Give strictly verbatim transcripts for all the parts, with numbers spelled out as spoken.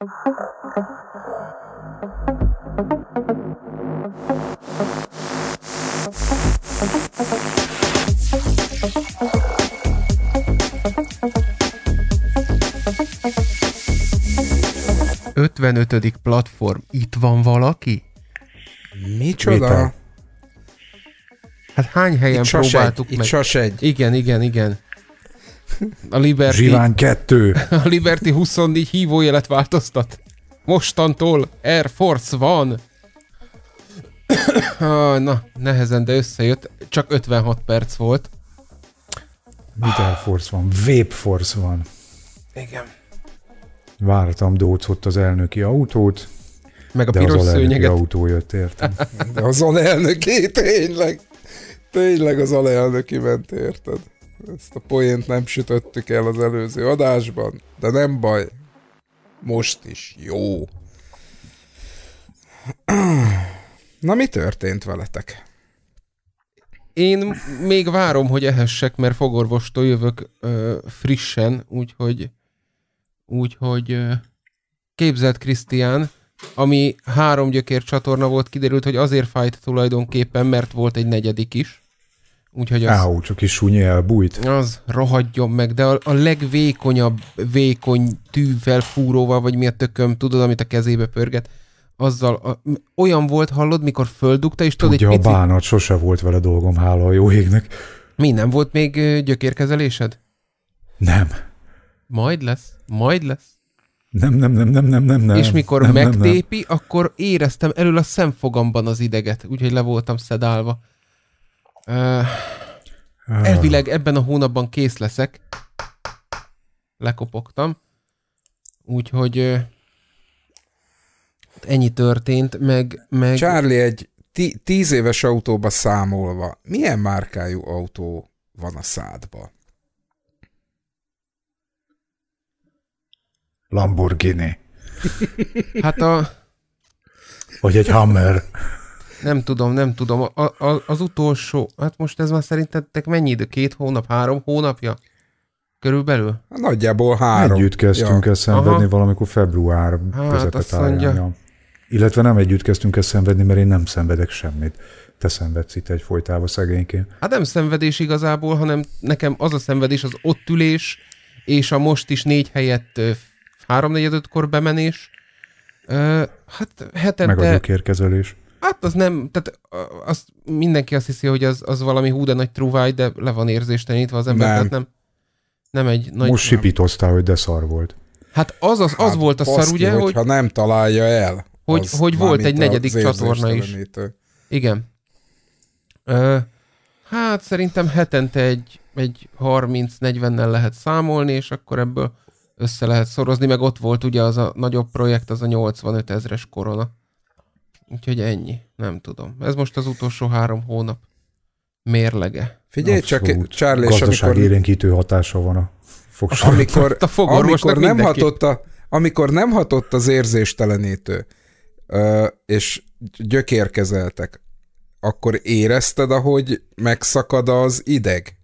ötvenötödik platform. Itt van valaki? Micsoda? Vétel. Hát hány helyen itt próbáltuk egy, meg? Itt sas egy. Igen, igen, igen. A Liberty... Zsivány kettő. A Liberty huszonnégy hívójelet változtat. Mostantól Air Force van. Na, nehezen, de összejött. Csak ötvenhat perc volt. Mit Air Force van? Vape Force van. Igen. Vártam dócott az elnöki autót. Meg a de piros az szőnyeget. autó jött, értem. De az alelnöki, tényleg. Tényleg az alelnöki ment, érted? Ezt a poént nem sütöttük el az előző adásban, de nem baj. Most is jó. Na, mi történt veletek? Én még várom, hogy ehessek, mert fogorvostól jövök ö, frissen, úgyhogy úgyhogy ö, képzelt Krisztián, ami három gyökér csatorna volt, kiderült, hogy azért fájt tulajdonképpen, mert volt egy negyedik is. Úgyhogy az... Áú, csak is súnyi elbújt. Az rohadjon meg, de a, a legvékonyabb vékony tűvel, fúróval, vagy mi a tököm, tudod, amit a kezébe pörget, azzal a, olyan volt, hallod, mikor földugta, és tudod, Tudja, egy a pici... bánat, sose volt vele dolgom, hála a jó égnek. Mi, nem volt még ö, gyökérkezelésed? Nem. Majd lesz, majd lesz. Nem, nem, nem, nem, nem, nem, nem. És mikor nem, megtépi, nem, nem. akkor éreztem elől a szemfogamban az ideget, úgyhogy le voltam szedálva. Uh, elvileg ebben a hónapban kész leszek. Lekopogtam. Úgyhogy uh, ennyi történt, meg... meg... Charlie, egy tí- tíz éves autóba számolva, milyen márkájú autó van a szádba? Lamborghini. Hát a... Vagy egy Hammer. Nem tudom, nem tudom. A, a, az utolsó... Hát most ez már szerintetek mennyi idő? Két hónap? Három hónapja? Körülbelül? Nagyjából három. Együtt kezdtünk ja. el szenvedni Aha. valamikor február Hát, közepetáján. mondja... Illetve nem együtt kezdtünk el szenvedni, mert én nem szenvedek semmit. Te szenvedsz itt egyfolytában szegényként. Hát nem szenvedés igazából, hanem nekem az a szenvedés, az ott ülés, és a most is négy helyett háromnegyed ötkor bemenés. Ö, hát hetente... Meg a gyökérkezelés. Hát az nem, tehát azt mindenki azt hiszi, hogy az, az valami hú de nagy truváj, de le van érzéstelenítve az ember, nem. tehát nem, nem egy nagy... Most sipítoztál, hogy de szar volt. Hát az, az, az hát volt a szar, ugye, hogy... ha nem találja el. Hogy, hogy volt egy negyedik csatorna is. Igen. Ö, hát szerintem hetente egy, egy harminc-negyvennel lehet számolni, és akkor ebből össze lehet szorozni, meg ott volt ugye az a nagyobb projekt, az a nyolcvanöt ezres korona. Úgyhogy ennyi, nem tudom. Ez most az utolsó három hónap mérlege. Figyelj Abszolút. csak, Charlie, és gazdaság amikor... élénkítő hatása van a fogsorban. Amikor, a amikor, nem mindenki. hatott a, amikor nem hatott az érzéstelenítő, és gyökérkezeltek, akkor érezted, ahogy megszakad az ideg?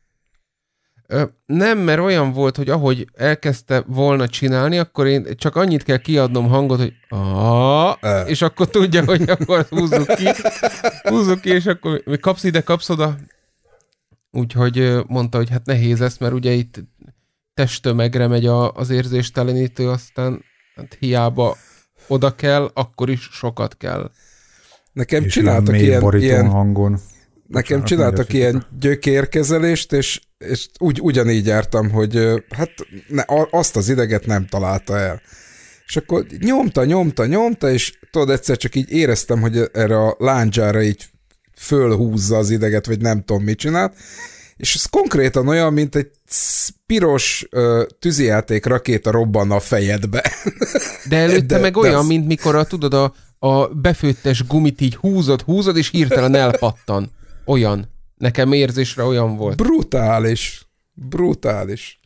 Ö, nem, mert olyan volt, hogy ahogy elkezdte volna csinálni, akkor én csak annyit kell kiadnom hangot, hogy aaa, és akkor tudja, hogy akkor húzzuk ki, húzzuk ki, és akkor kapsz ide, kapsz oda. Úgyhogy mondta, hogy hát nehéz ez, mert ugye itt testtömegre megy a, az érzéstelenítő, aztán hát hiába oda kell, akkor is sokat kell. Nekem és csináltak ilyen, ilyen, ilyen hangon. nekem Bocsánat, csináltak ilyen gyökérkezelést, és, és úgy, ugyanígy jártam, hogy hát ne, azt az ideget nem találta el. És akkor nyomta, nyomta, nyomta, és tudod, egyszer csak így éreztem, hogy erre a lándzsára így fölhúzza az ideget, vagy nem tudom, mit csinál. És ez konkrétan olyan, mint egy piros uh, tűzijáték rakéta robbanna a fejedbe. De előtte de, meg de olyan, az... mint mikor a, tudod, a, a befőttes gumit így húzod, húzod, és hirtelen elpattan. Olyan. Nekem érzésre olyan volt. Brutális. Brutális.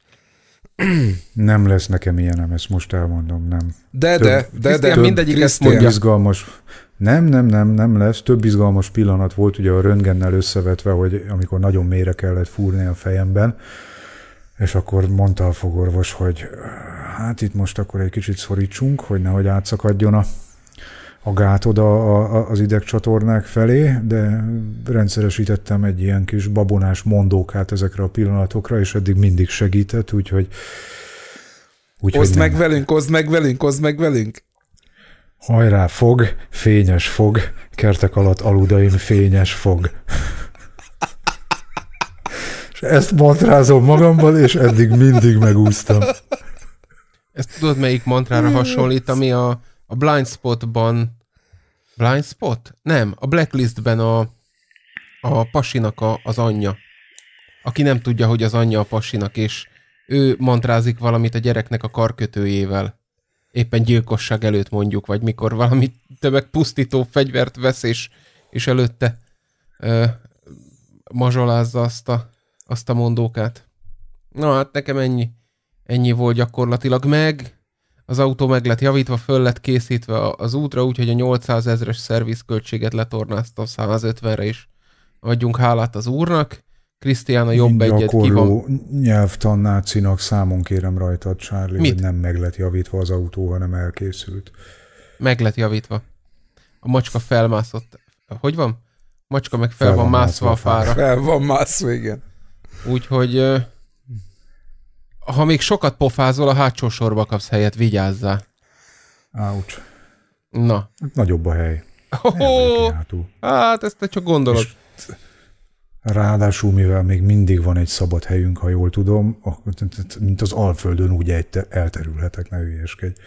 Nem lesz nekem ilyenem, ezt most elmondom, nem. De, több, de, de, de. Több, mindegyik ezt mondja. Izgalmas, nem, nem, nem, nem lesz. Több izgalmas pillanat volt ugye a röntgennel összevetve, hogy amikor nagyon mélyre kellett fúrni a fejemben. És akkor mondta a fogorvos, hogy hát itt most akkor egy kicsit szorítsunk, hogy nehogy átszakadjon a, a gátod a, a, az idegcsatornák felé, de rendszeresítettem egy ilyen kis babonás mondókát ezekre a pillanatokra, és eddig mindig segített, úgyhogy... úgy, oszd meg velünk, oszd meg velünk, oszd meg velünk! Hajrá, fog, fényes fog, kertek alatt aludaim fényes fog. És ezt mantrázom magamban, és eddig mindig megúsztam. Ezt tudod, melyik mantrára hasonlít, ami a, a Blind Spotban... Blind Spot? Nem, a Blacklistben a, a pasinak a, az anyja. Aki nem tudja, hogy az anyja a pasinak, és ő mantrázik valamit a gyereknek a karkötőjével. Éppen gyilkosság előtt mondjuk, vagy mikor valami tömegpusztító fegyvert vesz, és, és előtte ö, mazsolázza azt a, azt a mondókát. Na hát nekem ennyi, ennyi volt gyakorlatilag meg. Az autó meg lett javítva, föl lett készítve az útra, úgyhogy a nyolcszázezres szervizköltséget letornáztam százötvenre is. Adjunk hálát az úrnak. Krisztián a jobb egyet ki van. Nyelvtannácinak számon kérem rajtad, Charlie, mit? Hogy nem meg lett javítva az autó, hanem elkészült. Meg lett javítva. A macska felmászott. Hogy van? Macska meg fel, fel van mászva, mászva a fára. Fel van mászva, igen. Úgyhogy ha még sokat pofázol, a hátsó sorba kapsz helyet, vigyázzál. Áucs. Na. Nagyobb a hely. Oh, hát ezt te csak gondolod. És ráadásul, mivel még mindig van egy szabad helyünk, ha jól tudom, mint az Alföldön úgy elterülhetek, ne hülyeskedj.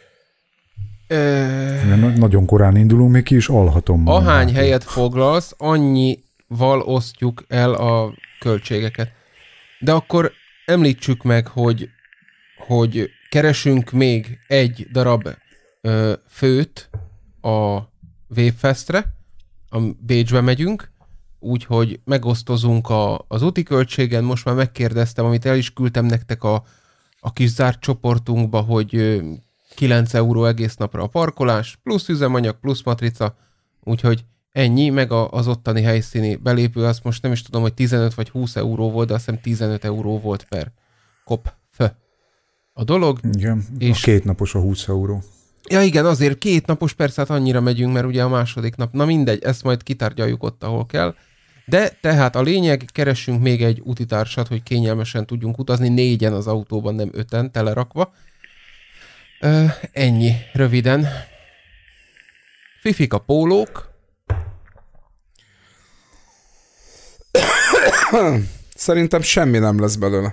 E... Nagyon korán indulunk, még ki is alhatom. Ahány helyet foglalsz, annyival osztjuk el a költségeket. De akkor említsük meg, hogy, hogy keresünk még egy darab ö, főt a Wavefestre, a Bécsbe megyünk, úgyhogy megosztozunk a, az úti költségen. Most már megkérdeztem, amit el is küldtem nektek a, a kis zárt csoportunkba, hogy kilenc euró egész napra a parkolás, plusz üzemanyag, plusz matrica, úgyhogy ennyi, meg a, az ottani helyszíni belépő, azt most nem is tudom, hogy tizenöt vagy húsz euró volt, de azt hiszem tizenöt euró volt per kop fö. A dolog. Igen, és... a két napos a húsz euró. Ja igen, azért két napos, persze hát annyira megyünk, mert ugye a második nap, na mindegy, ezt majd kitárgyaljuk ott, ahol kell. De tehát a lényeg, keressünk még egy utitársat, hogy kényelmesen tudjunk utazni, négyen az autóban, nem öten telerakva. Ö, ennyi, röviden. Fifika pólók. Szerintem semmi nem lesz belőle.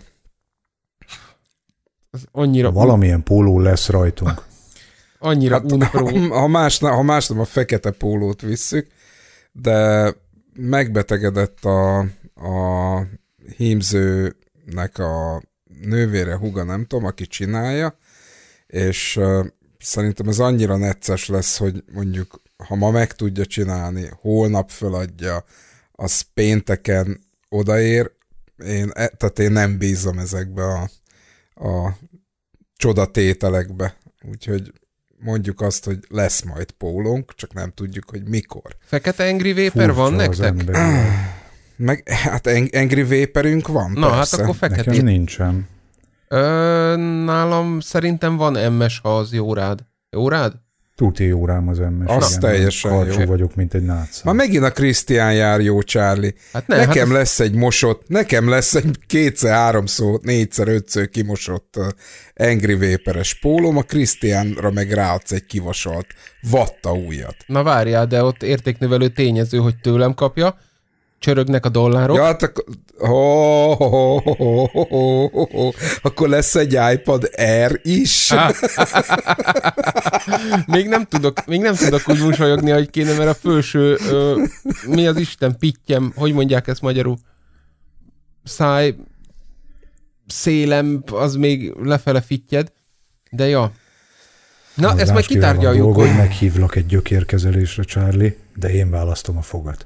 Az annyira... Valamilyen póló lesz rajtunk. Annyira hát, unpró. Ha más, ha más nem a fekete pólót visszük, de megbetegedett a, a hímzőnek a nővére, húga, nem tudom, aki csinálja, és uh, szerintem ez annyira necces lesz, hogy mondjuk, ha ma meg tudja csinálni, holnap föladja, az pénteken odaér, én, tehát én nem bízom ezekbe a, a csodatételekbe, úgyhogy mondjuk azt, hogy lesz majd pólónk, csak nem tudjuk, hogy mikor. Fekete Angry Vaper van nektek? Meg, hát Angry Vaperünk van, na, persze. hát akkor feketét. Nekem nincsen. Ö, nálam szerintem van em es, ha az jó rád. Jó rád? Tuti jó rám az em es. Az igen, teljesen karcsú jó. Vagyok, mint egy nácán. Ma megint a Krisztián jár, jó Charlie. Hát ne, nekem hát lesz ez... egy mosott, nekem lesz egy kétszer, háromszor, négyszer, ötször kimosott uh, Angry Vaperes pólóm, a Krisztiánra meg ráadsz egy kivasolt vatta újat. Na várjál, de ott értéknövelő tényező, hogy tőlem kapja, csörögnek a dollárok. Ja, hát akkor... Ho, ho, ho, ho, ho, ho, ho. Akkor lesz egy iPad Air is. még, nem tudok, még nem tudok úgy mosolyogni, hogy kéne, mert a felső, ö, mi az Isten, pittyem, hogy mondják ezt magyarul? Száj, szélem, az még lefele fittyed, de ja. Na, Mondás ezt majd kitárgyaljuk. Hogy meghívlak egy gyökérkezelésre, Charlie, de én választom a fogat.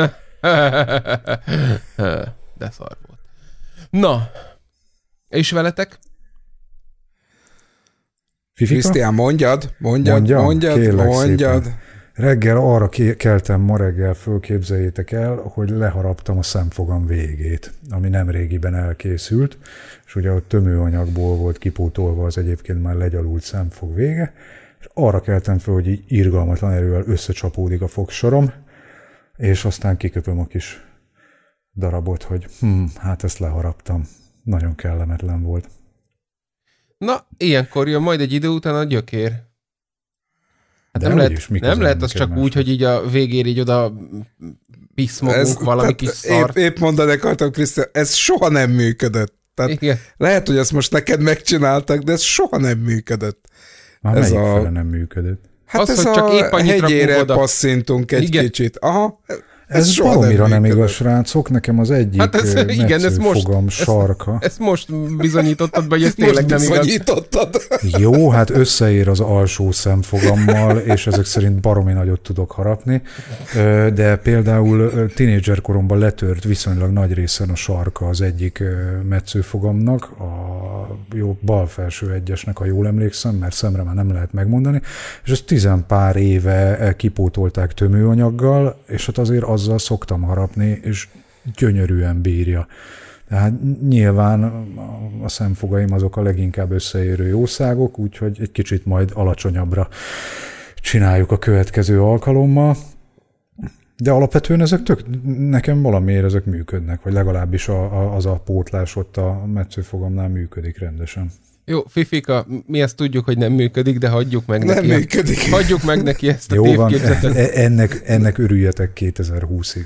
De szar volt. Na, és veletek? Krisztián, mondjad, mondjad, mondjad, mondjad. mondjad. Reggel arra keltem ma reggel, fölképzeljétek el, hogy leharaptam a szemfogam végét, ami nem régiben elkészült, és ugye a tömőanyagból volt kipótolva az egyébként már legyalult szemfog vége, és arra keltem föl, hogy így irgalmatlan erővel összecsapódik a fogsorom, és aztán kiköpöm a kis darabot, hogy hm, hát ezt leharaptam. Nagyon kellemetlen volt. Na, ilyenkor jön majd egy idő után a gyökér. Hát de nem lehet, is, nem lehet az csak úgy, hogy így a végén így oda piszmogunk ez, valami kis szart. Épp, épp mondani akartam, Krisztián, ez soha nem működött. Tehát igen. Lehet, hogy ezt most neked megcsináltak, de ez soha nem működött. Már ez melyik a... fele nem működött? Hát az, ez hogy a csak épp hegyére passzintunk egy igen. kicsit. Aha. Ez, ez baromira nem, nem igaz, srácok. Nekem az egyik hát ez, igen, ez most, fogam sarka. Ezt, ezt most bizonyítottad be, hogy ez tényleg nem bizonyítottad. igaz. Jó, hát összeér az alsó szemfogammal, és ezek szerint baromi nagyot tudok harapni. De például tínédzser koromban letört viszonylag nagy részen a sarka az egyik metszőfogamnak, a jó bal felső egyesnek, ha jól emlékszem, mert szemre már nem lehet megmondani, és ezt tizenpár éve kipótolták tömőanyaggal, és hát azért azzal szoktam harapni, és gyönyörűen bírja. Tehát nyilván a szemfogaim azok a leginkább összeérő jószágok, úgyhogy egy kicsit majd alacsonyabbra csináljuk a következő alkalommal. De alapvetően ezek tök, nekem valamiért ezek működnek, vagy legalábbis a, a, az a pótlás ott a metszőfogamnál működik rendesen. Jó, Fifika, mi ezt tudjuk, hogy nem működik, de hagyjuk meg nem neki. Működik. A, hagyjuk meg neki ezt a jó tévképzetet. Van, ennek, ennek örüljetek kétezer-húszig.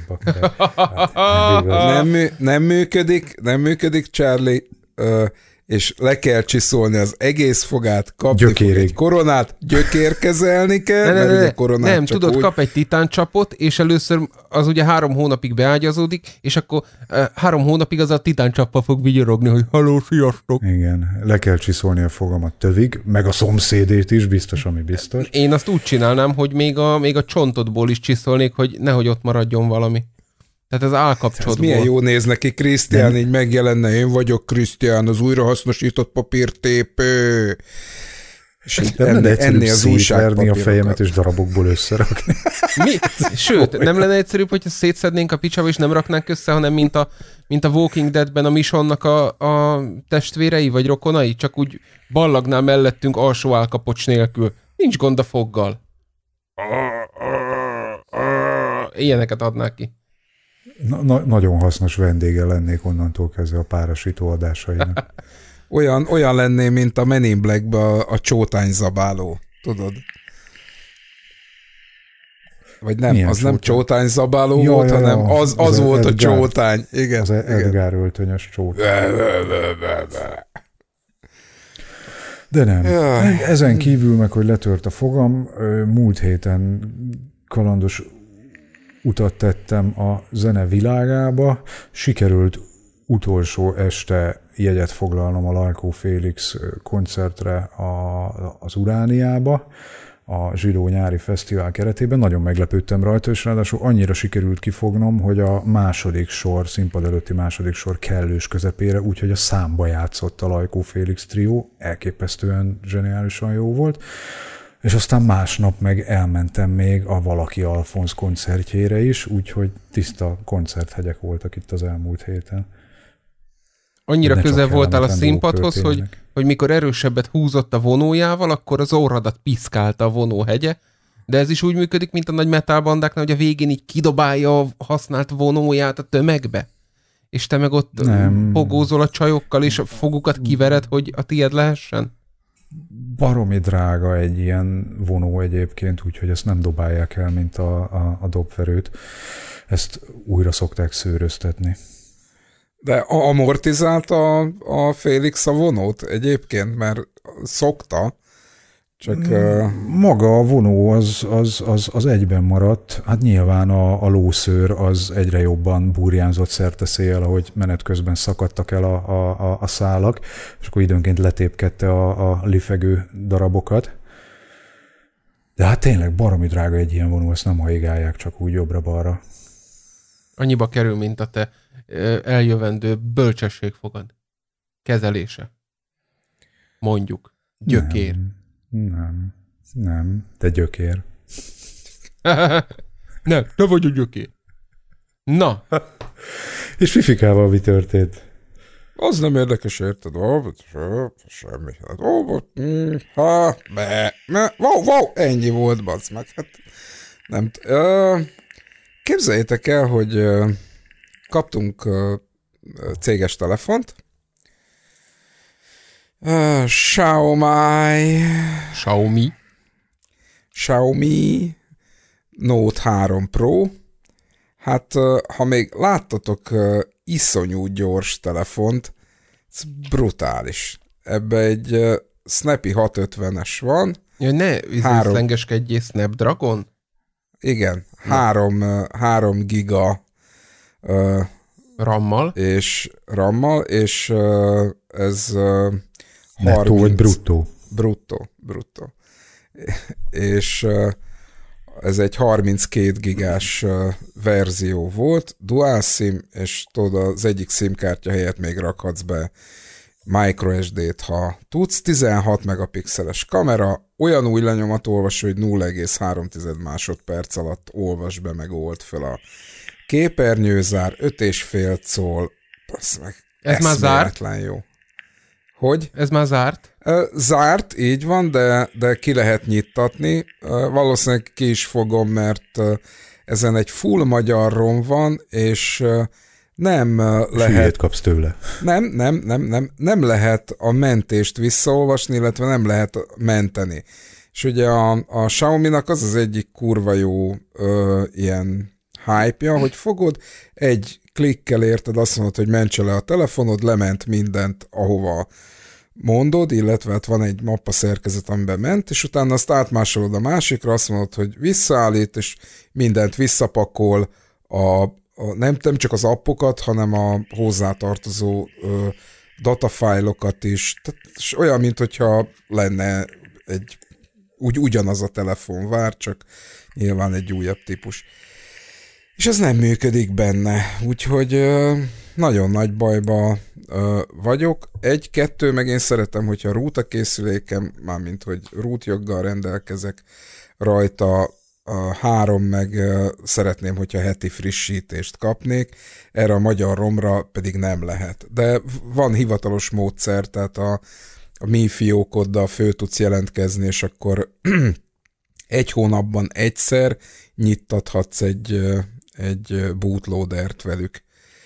nem, mű, nem működik, nem működik, Charlie, uh, és le kell csiszolni az egész fogát, kapni fog egy koronát, gyökérkezelni kell, ne, ne, mert ne, ugye koronát nem, tudod, úgy... kap egy titáncsapot, és először az ugye három hónapig beágyazódik, és akkor uh, három hónapig az a titáncsappa fog vigyorogni, hogy halló, sziasztok. Igen, le kell csiszolni a fogamat tövig, meg a szomszédét is, biztos, ami biztos. Én azt úgy csinálnám, hogy még a, még a csontodból is csiszolnék, hogy nehogy ott maradjon valami. Tehát az állkapcsolatból. Ez milyen jó néz neki, Krisztián, így megjelenne, én vagyok Krisztián, az újrahasznosított papírtépő. És nem lenne egyszerűbb szétverni a fejemet és darabokból összerakni. Mi? Sőt, nem lenne egyszerűbb, hogyha szétszednénk a picsába, és nem raknánk össze, hanem mint a, mint a Walking Deadben a Michonnak a, a testvérei vagy rokonai, csak úgy ballagnál mellettünk alsó állkapocs nélkül. Nincs gond a foggal. Ilyeneket adnák ki. Na, na, nagyon hasznos vendége lennék onnantól kezdve a párosító adásainak. Olyan, olyan lenné, mint a Men in Black-ben a, a csótányzabáló, tudod? Vagy nem, milyen az csótány? Nem csótányzabáló ja, volt, ja, hanem az, az, az volt Edgár, a csótány. Igen, az igen. Edgár öltönyös csótány. De nem. Ja. Ezen kívül meg, hogy letört a fogam, múlt héten kalandos utat tettem a zene világába, sikerült utolsó este jegyet foglalnom a Lajkó Félix koncertre a, az Urániába, a Zsidó nyári fesztivál keretében. Nagyon meglepődtem rajta, és ráadásul annyira sikerült kifognom, hogy a második sor, színpad előtti második sor kellős közepére, úgyhogy a számba játszott a Lajkó Félix trió, elképesztően zseniálisan jó volt. És aztán másnap meg elmentem még a Valaki Alfonsz koncertjére is, úgyhogy tiszta koncerthegyek voltak itt az elmúlt héten. Annyira közel voltál a színpadhoz, hogy, hogy mikor erősebbet húzott a vonójával, akkor az orradat piszkálta a vonóhegye, de ez is úgy működik, mint a nagy metalbandáknál, hogy a végén így kidobálja a használt vonóját a tömegbe, és te meg ott nem. Pogózol a csajokkal, és a fogukat kivered, hogy a tiéd lehessen? Baromi drága egy ilyen vonó egyébként, úgyhogy ezt nem dobálják el, mint a, a, a dobverőt. Ezt újra szokták szőröztetni. De amortizált a, a Félix a vonót egyébként, mert szokta, csak... Uh... Maga a vonó az, az, az, az egyben maradt. Hát nyilván a, a lószőr az egyre jobban burjánzott szerteszéjjel, ahogy menet közben szakadtak el a, a, a szálak, és akkor időnként letépkedte a, a lifegő darabokat. De hát tényleg baromi drága egy ilyen vonó, ezt nem haigálják csak úgy jobbra-balra. Annyiba kerül, mint a te eljövendő bölcsességfogad kezelése. Mondjuk. Gyökér. Nem, nem, nem. Te gyökér. Nem, te vagy a gyökér. Na. És Fifikával mi történt? Az nem érdekes, érted? Ó, semmi. Hát, ó, ha, be, me, wow, wow, ennyi volt, basz meg. Hát, nem t- ö, képzeljétek el, hogy ö, kaptunk ö, céges telefont. Ö, Xiaomi. Xiaomi. Xiaomi Note három Pro. Hát, ha még láttatok iszonyú gyors telefont, ez brutális. Ebbe egy Snappy hatszázötvenes van. Ja, ne három, szlengeskedjél, Snapdragon? Igen, három, három giga uh, rammal. És rammal, és uh, ez uh, nettó vagy bruttó? Bruttó, bruttó. És uh, ez egy harminckét gigás uh, verzió volt, dual SIM, és tudod, az egyik SIM kártya helyett még rakhatsz be microSD-t, ha tudsz, tizenhat megapixeles kamera, olyan új lenyomatolvasó, hogy nulla egész három másodperc alatt olvas be, meg old fel a képernyőzár, öt és fél col, basz meg, ez már zárt? jó. Hogy? Ez már zárt? Zárt, így van, de, de ki lehet nyittatni. Valószínűleg ki is fogom, mert ezen egy full magyar rom van, és nem lehet... Hülyét kapsz tőle. Nem, nem, nem, nem, nem lehet a mentést visszaolvasni, illetve nem lehet menteni. És ugye a, a Xiaomi-nak az az egyik kurva jó ö, ilyen hype-ja, hogy fogod, egy klikkel érted, azt mondod, hogy mentse le a telefonod, lement mindent, ahova mondod, illetve hát van egy mappa szerkezet, amiben ment, és utána azt átmásolod a másikra, azt mondod, hogy visszaállít, és mindent visszapakol, a, a, nem, nem csak az appokat, hanem a hozzátartozó ö, datafájlokat is. Tehát, és olyan, mint hogyha lenne egy úgy ugyanaz a telefon vár, csak nyilván egy újabb típus. És ez nem működik benne, úgyhogy ö, nagyon nagy bajba ö, vagyok. Egy-kettő, meg én szeretem, hogyha root a készülékem, mármint, hogy root joggal rendelkezek rajta, a három, meg ö, szeretném, hogyha heti frissítést kapnék, erre a magyar romra pedig nem lehet. De van hivatalos módszer, tehát a, a mi fiókoddal föl tudsz jelentkezni, és akkor egy hónapban egyszer nyittathatsz egy, egy bootloadert velük.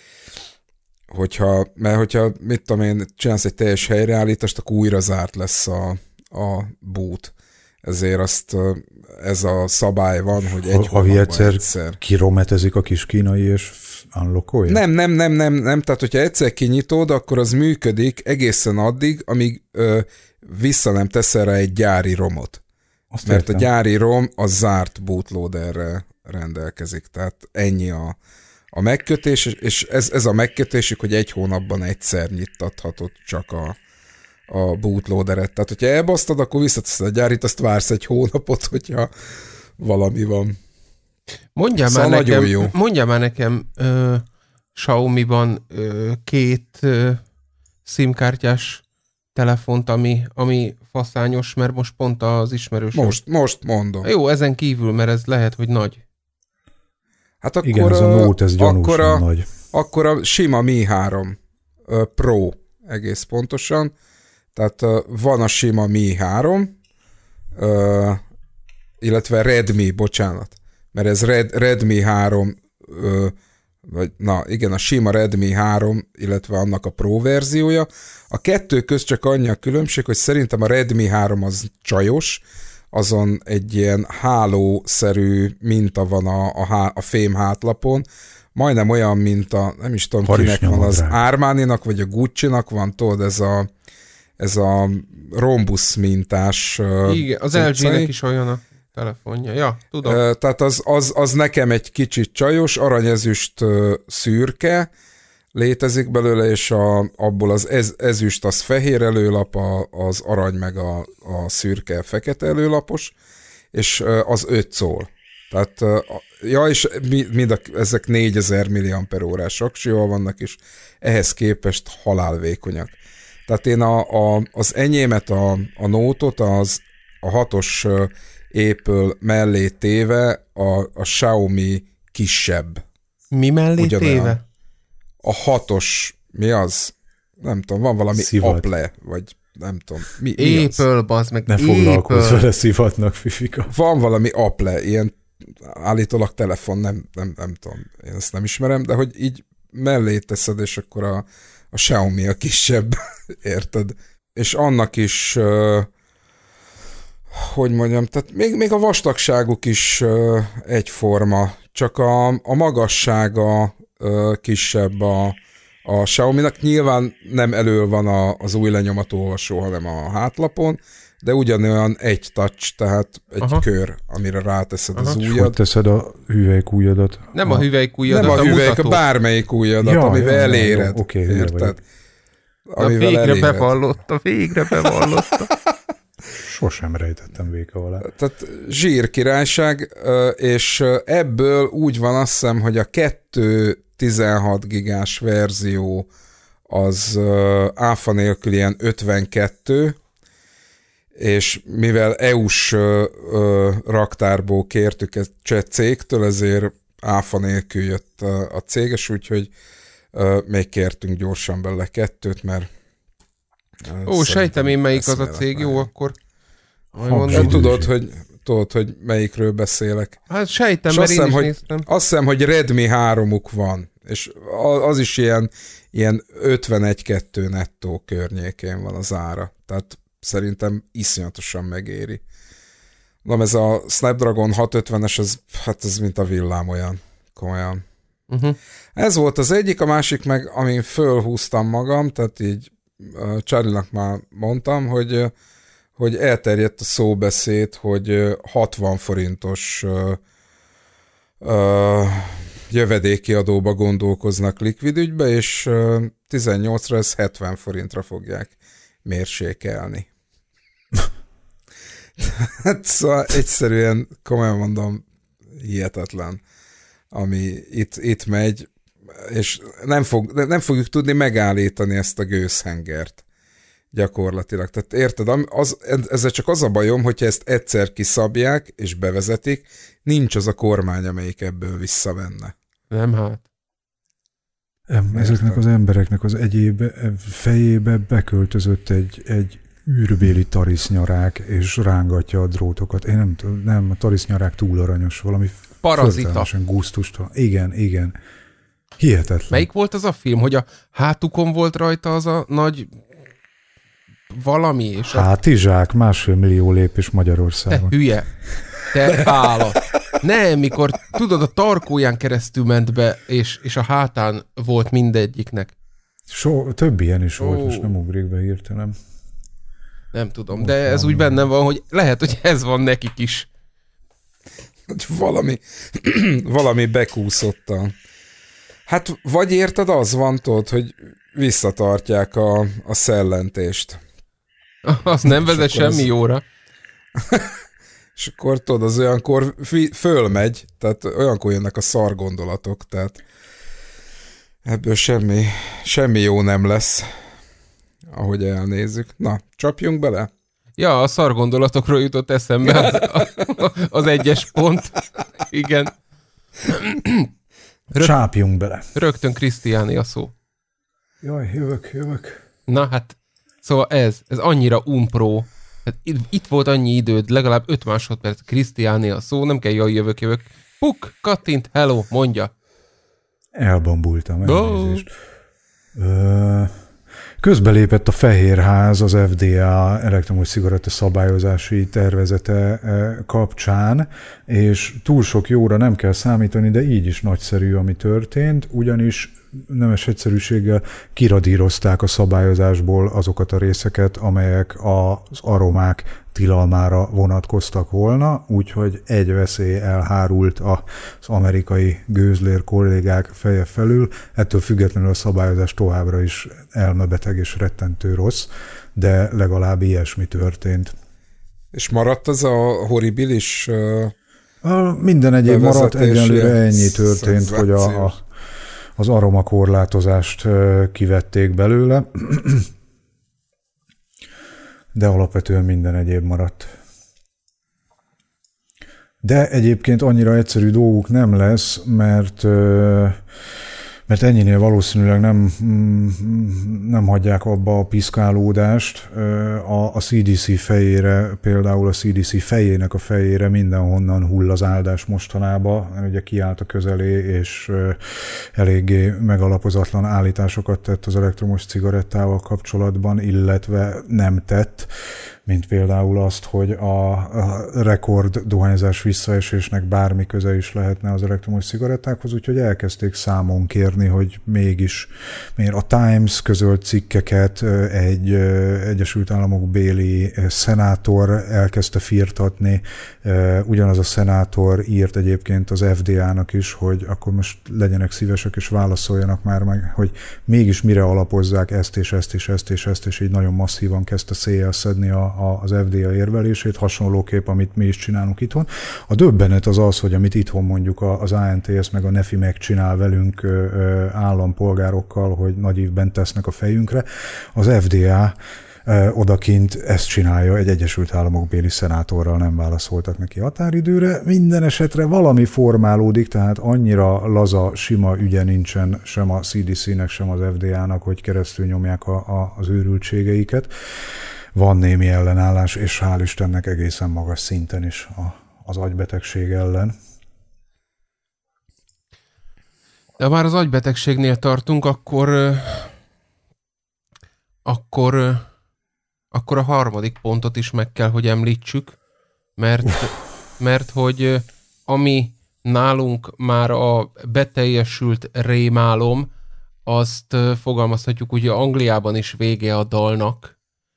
Hogyha, mert hogyha, mit tudom én, csinálsz egy teljes helyreállítást, akkor újra zárt lesz a, a boot. Ezért azt, ez a szabály van, hogy egy Havi hónapban egyszer, egyszer kirometezik a kis kínai, és unlockolja? Nem, nem, nem, nem, nem. Tehát, hogyha egyszer kinyitod, akkor az működik egészen addig, amíg ö, vissza nem teszel rá egy gyári romot. Azt Mert értem. A gyári rom az zárt bootloaderrel rendelkezik. Tehát ennyi a, a megkötés, és ez, ez a megkötésük, hogy egy hónapban egyszer nyittathatod csak a, a bootloaderet. Tehát, hogyha elbasztad, akkor visszateszed a gyárit, azt vársz egy hónapot, hogyha valami van. Mondjál szóval már nekem, jó. Mondjál már nekem ö, Xiaomi-ban ö, két ö, SIM-kártyás telefont, ami, ami faszányos, mert most pont az ismerős. Most, most mondom. Jó, ezen kívül, mert ez lehet, hogy nagy. Hát akkor igen, ez a Note, ez akkor a, nagy. Akkor a sima Mi három uh, Pro egész pontosan. Tehát uh, van a sima Mi három, uh, illetve Redmi, bocsánat. Mert ez Red, Redmi három, uh, vagy na igen, a sima Redmi három, illetve annak a Pro verziója. A kettő köz csak annyi a különbség, hogy szerintem a Redmi három az csajos, azon egy ilyen hálószerű minta van a, a, há, a fém hátlapon, majdnem olyan, mint a, nem is tudom, kinek van, az Armani-nak, vagy a Gucci-nak van, tudod, ez a, ez a rombusz mintás. Igen, az el gé-nek is olyan a telefonja. Ja, tudom. Tehát az, az, az nekem egy kicsit csajos, aranyezüst szürke, létezik belőle, és a, abból az ez, ezüst az fehér előlap, a, az arany meg a, a szürke fekete előlapos, és az öt szól. Tehát, ja, és mind a, ezek négyezer milliampere órás aksival vannak, és ehhez képest halálvékonyak. Tehát én a, a, az enyémet, a, a Note-ot, az a hatos Apple mellé téve a, a Xiaomi kisebb. Mi mellé Ugyanolyan. téve? A hatos, mi az? Nem tudom, van valami Szivat. Apple, vagy nem tudom. Mi, mi Apple, bazd meg. Ne foglalkozz vele szivatnak, Fifika. Van valami Apple, ilyen állítólag telefon, nem, nem, nem tudom, én ezt nem ismerem, de hogy így mellé teszed, és akkor a, a Xiaomi a kisebb, érted? És annak is, uh, hogy mondjam, tehát még, még a vastagságuk is uh, egyforma, csak a, a magassága uh, kisebb a, a Xiaomi-nak. Nyilván nem elől van a, az új lenyomatolvasó, hanem a hátlapon, de ugyanolyan egy touch, tehát egy Aha. kör, amire ráteszed Aha. az ujjad. Hogy teszed a hüvelykujjadat? Nem a, a hüvelykujjadat, nem a, a hüvelyk, mutató. a bármelyik ujjadat, ja, amivel ja, eléred. Ja, okay, érted? Na, végre eléred. bevallotta, végre bevallotta. Sosem rejtettem véka alá. Tehát zsírkirályság, és ebből úgy van, azt hiszem, hogy a kettő tizenhat gigás verzió az áfa nélkül ilyen ötvenkettő, és mivel é u-s ö, ö, raktárból kértük ezt cseh cégtől, ezért áfa nélkül jött a, a céges, úgyhogy ö, még kértünk gyorsan belőle kettőt, mert ó, sejtem én melyik az a cég, jó, akkor mondom, tudod, hogy, tudod, hogy melyikről beszélek. Hát sejtem, mert én is hogy, néztem. Azt hiszem, hogy Redmi háromuk van, és az is ilyen, ilyen ötvenegy kettő nettó környékén van az ára, tehát szerintem iszonyatosan megéri. Na, ez a Snapdragon hatszázötvenes, ez, hát ez mint a villám olyan, komolyan. Uh-huh. Ez volt az egyik, a másik meg, amin fölhúztam magam, tehát így uh, Charlie-nak már mondtam, hogy, hogy elterjedt a szóbeszéd, hogy hatvan forintos uh, uh, jövedéki adóba gondolkoznak likvid ügybe, és uh, tizennyolcra ez hetven forintra fogják mérsékelni. Hát szóval egyszerűen, komolyan mondom, hihetetlen, ami itt, itt megy, és nem, fog, nem fogjuk tudni megállítani ezt a gőzhengert gyakorlatilag. Tehát érted, az, ezzel csak az a bajom, hogyha ezt egyszer kiszabják és bevezetik, nincs az a kormány, amelyik ebből visszavenne. Nem hát. Ezeknek az embereknek az egyéb fejébe beköltözött egy, egy űrbéli tarisznyarák, és rángatja a drótokat. Én nem tudom, nem, a tarisznyarák túl aranyos, valami parazita. Gusztusta. Igen, igen. Hihetetlen. Melyik volt az a film, hogy a hátukon volt rajta az a nagy valami? És a... Hátizsák, másfél millió lépés Magyarországon. Te hülye. Te állat. Nem, mikor tudod, a tarkóján keresztül ment be, és, és a hátán volt mindegyiknek. So, több ilyen is volt, oh. Most nem ugrik be hirtelen. Nem tudom, de ez úgy bennem van, hogy lehet, hogy ez van nekik is. Valami, valami bekúszottan. Hát vagy érted, az van, tudod, hogy visszatartják a, a szellentést. Az nem vezet semmi az... jóra. És akkor tudod, az olyankor fi, fölmegy, tehát olyankor jönnek a szar gondolatok, tehát ebből semmi, semmi jó nem lesz, ahogy elnézzük. Na, csapjunk bele? Ja, a szar gondolatokról jutott eszembe az, az egyes pont. Igen. Rög... Csápjunk bele. Rögtön Krisztiáné a szó. Jaj, jövök, jövök. Na hát, szóval ez, ez annyira umpró. Hát itt, itt volt annyi időd, legalább öt másodperc, Krisztiáné a szó, nem kell jaj, jövök, jövök. Puk, kattint, hello, mondja. Elbambultam, elnézést. Ö... Közbelépett a Fehérház az ef dé á elektromos cigaretta szabályozási tervezete kapcsán, és túl sok jóra nem kell számítani, de így is nagyszerű, ami történt, ugyanis nemes egyszerűséggel kiradírozták a szabályozásból azokat a részeket, amelyek az aromák tilalmára vonatkoztak volna, úgyhogy egy veszély elhárult az amerikai gőzlér kollégák feje felül, ettől függetlenül a szabályozás továbbra is elmebeteg és rettentő rossz, de legalább ilyesmi történt. És maradt az a horribilis a minden egyéb maradt, egyenlőre ennyi történt, hogy a, a, az aromakorlátozást kivették belőle, de alapvetően minden egyéb maradt. De egyébként annyira egyszerű dolguk nem lesz, mert mert ennyinél valószínűleg nem, nem hagyják abba a piszkálódást. A, a cé dé cé fejére, például a cé dé cé fejének a fejére mindenhonnan hull az áldás mostanában. Ugye kiállt a közelé, és eléggé megalapozatlan állításokat tett az elektromos cigarettával kapcsolatban, illetve nem tett, mint például azt, hogy a, a rekord dohányzás visszaesésnek bármi köze is lehetne az elektromos cigarettákhoz, úgyhogy elkezdték számon kérni, hogy mégis miért a Times közölt cikkeket, egy Egyesült Államok béli szenátor elkezdte firtatni, ugyanaz a szenátor írt egyébként az ef dé á-nak is, hogy akkor most legyenek szívesek és válaszoljanak már meg, hogy mégis mire alapozzák ezt és ezt és ezt és ezt, és így nagyon masszívan kezdte széjjel szedni a az ef dé á érvelését, hasonlóképp, amit mi is csinálunk itthon. A döbbenet az az, hogy amit itthon mondjuk az á en té es meg a nefi megcsinál velünk állampolgárokkal, hogy nagy évben tesznek a fejünkre, az ef dé á odakint ezt csinálja, egy Egyesült Államok béli szenátorral nem válaszoltak neki határidőre. Minden esetre valami formálódik, tehát annyira laza, sima ügye nincsen sem a cé dé cé-nek, sem az ef dé á-nak, hogy keresztül nyomják a, a, az őrültségeiket. Van némi ellenállás, és hál' Istennek egészen magas szinten is a, az agybetegség ellen. De ha már az agybetegségnél tartunk, akkor, akkor, akkor a harmadik pontot is meg kell, hogy említsük, mert, mert hogy ami nálunk már a beteljesült rémálom, azt fogalmazhatjuk, hogy Angliában is vége a dalnak,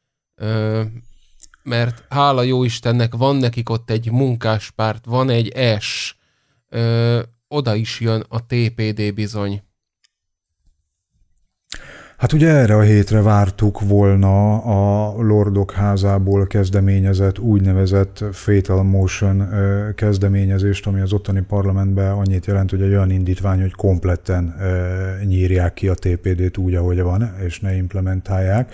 mert hála jó Istennek van nekik ott egy munkáspárt, van egy S, oda is jön a té pé dé bizony. Hát ugye erre a hétre vártuk volna a Lordok házából kezdeményezett úgynevezett Fatal Motion kezdeményezést, ami az ottani parlamentben annyit jelent, hogy egy olyan indítvány, hogy kompletten nyírják ki a té pé dét úgy, ahogy van, és ne implementálják.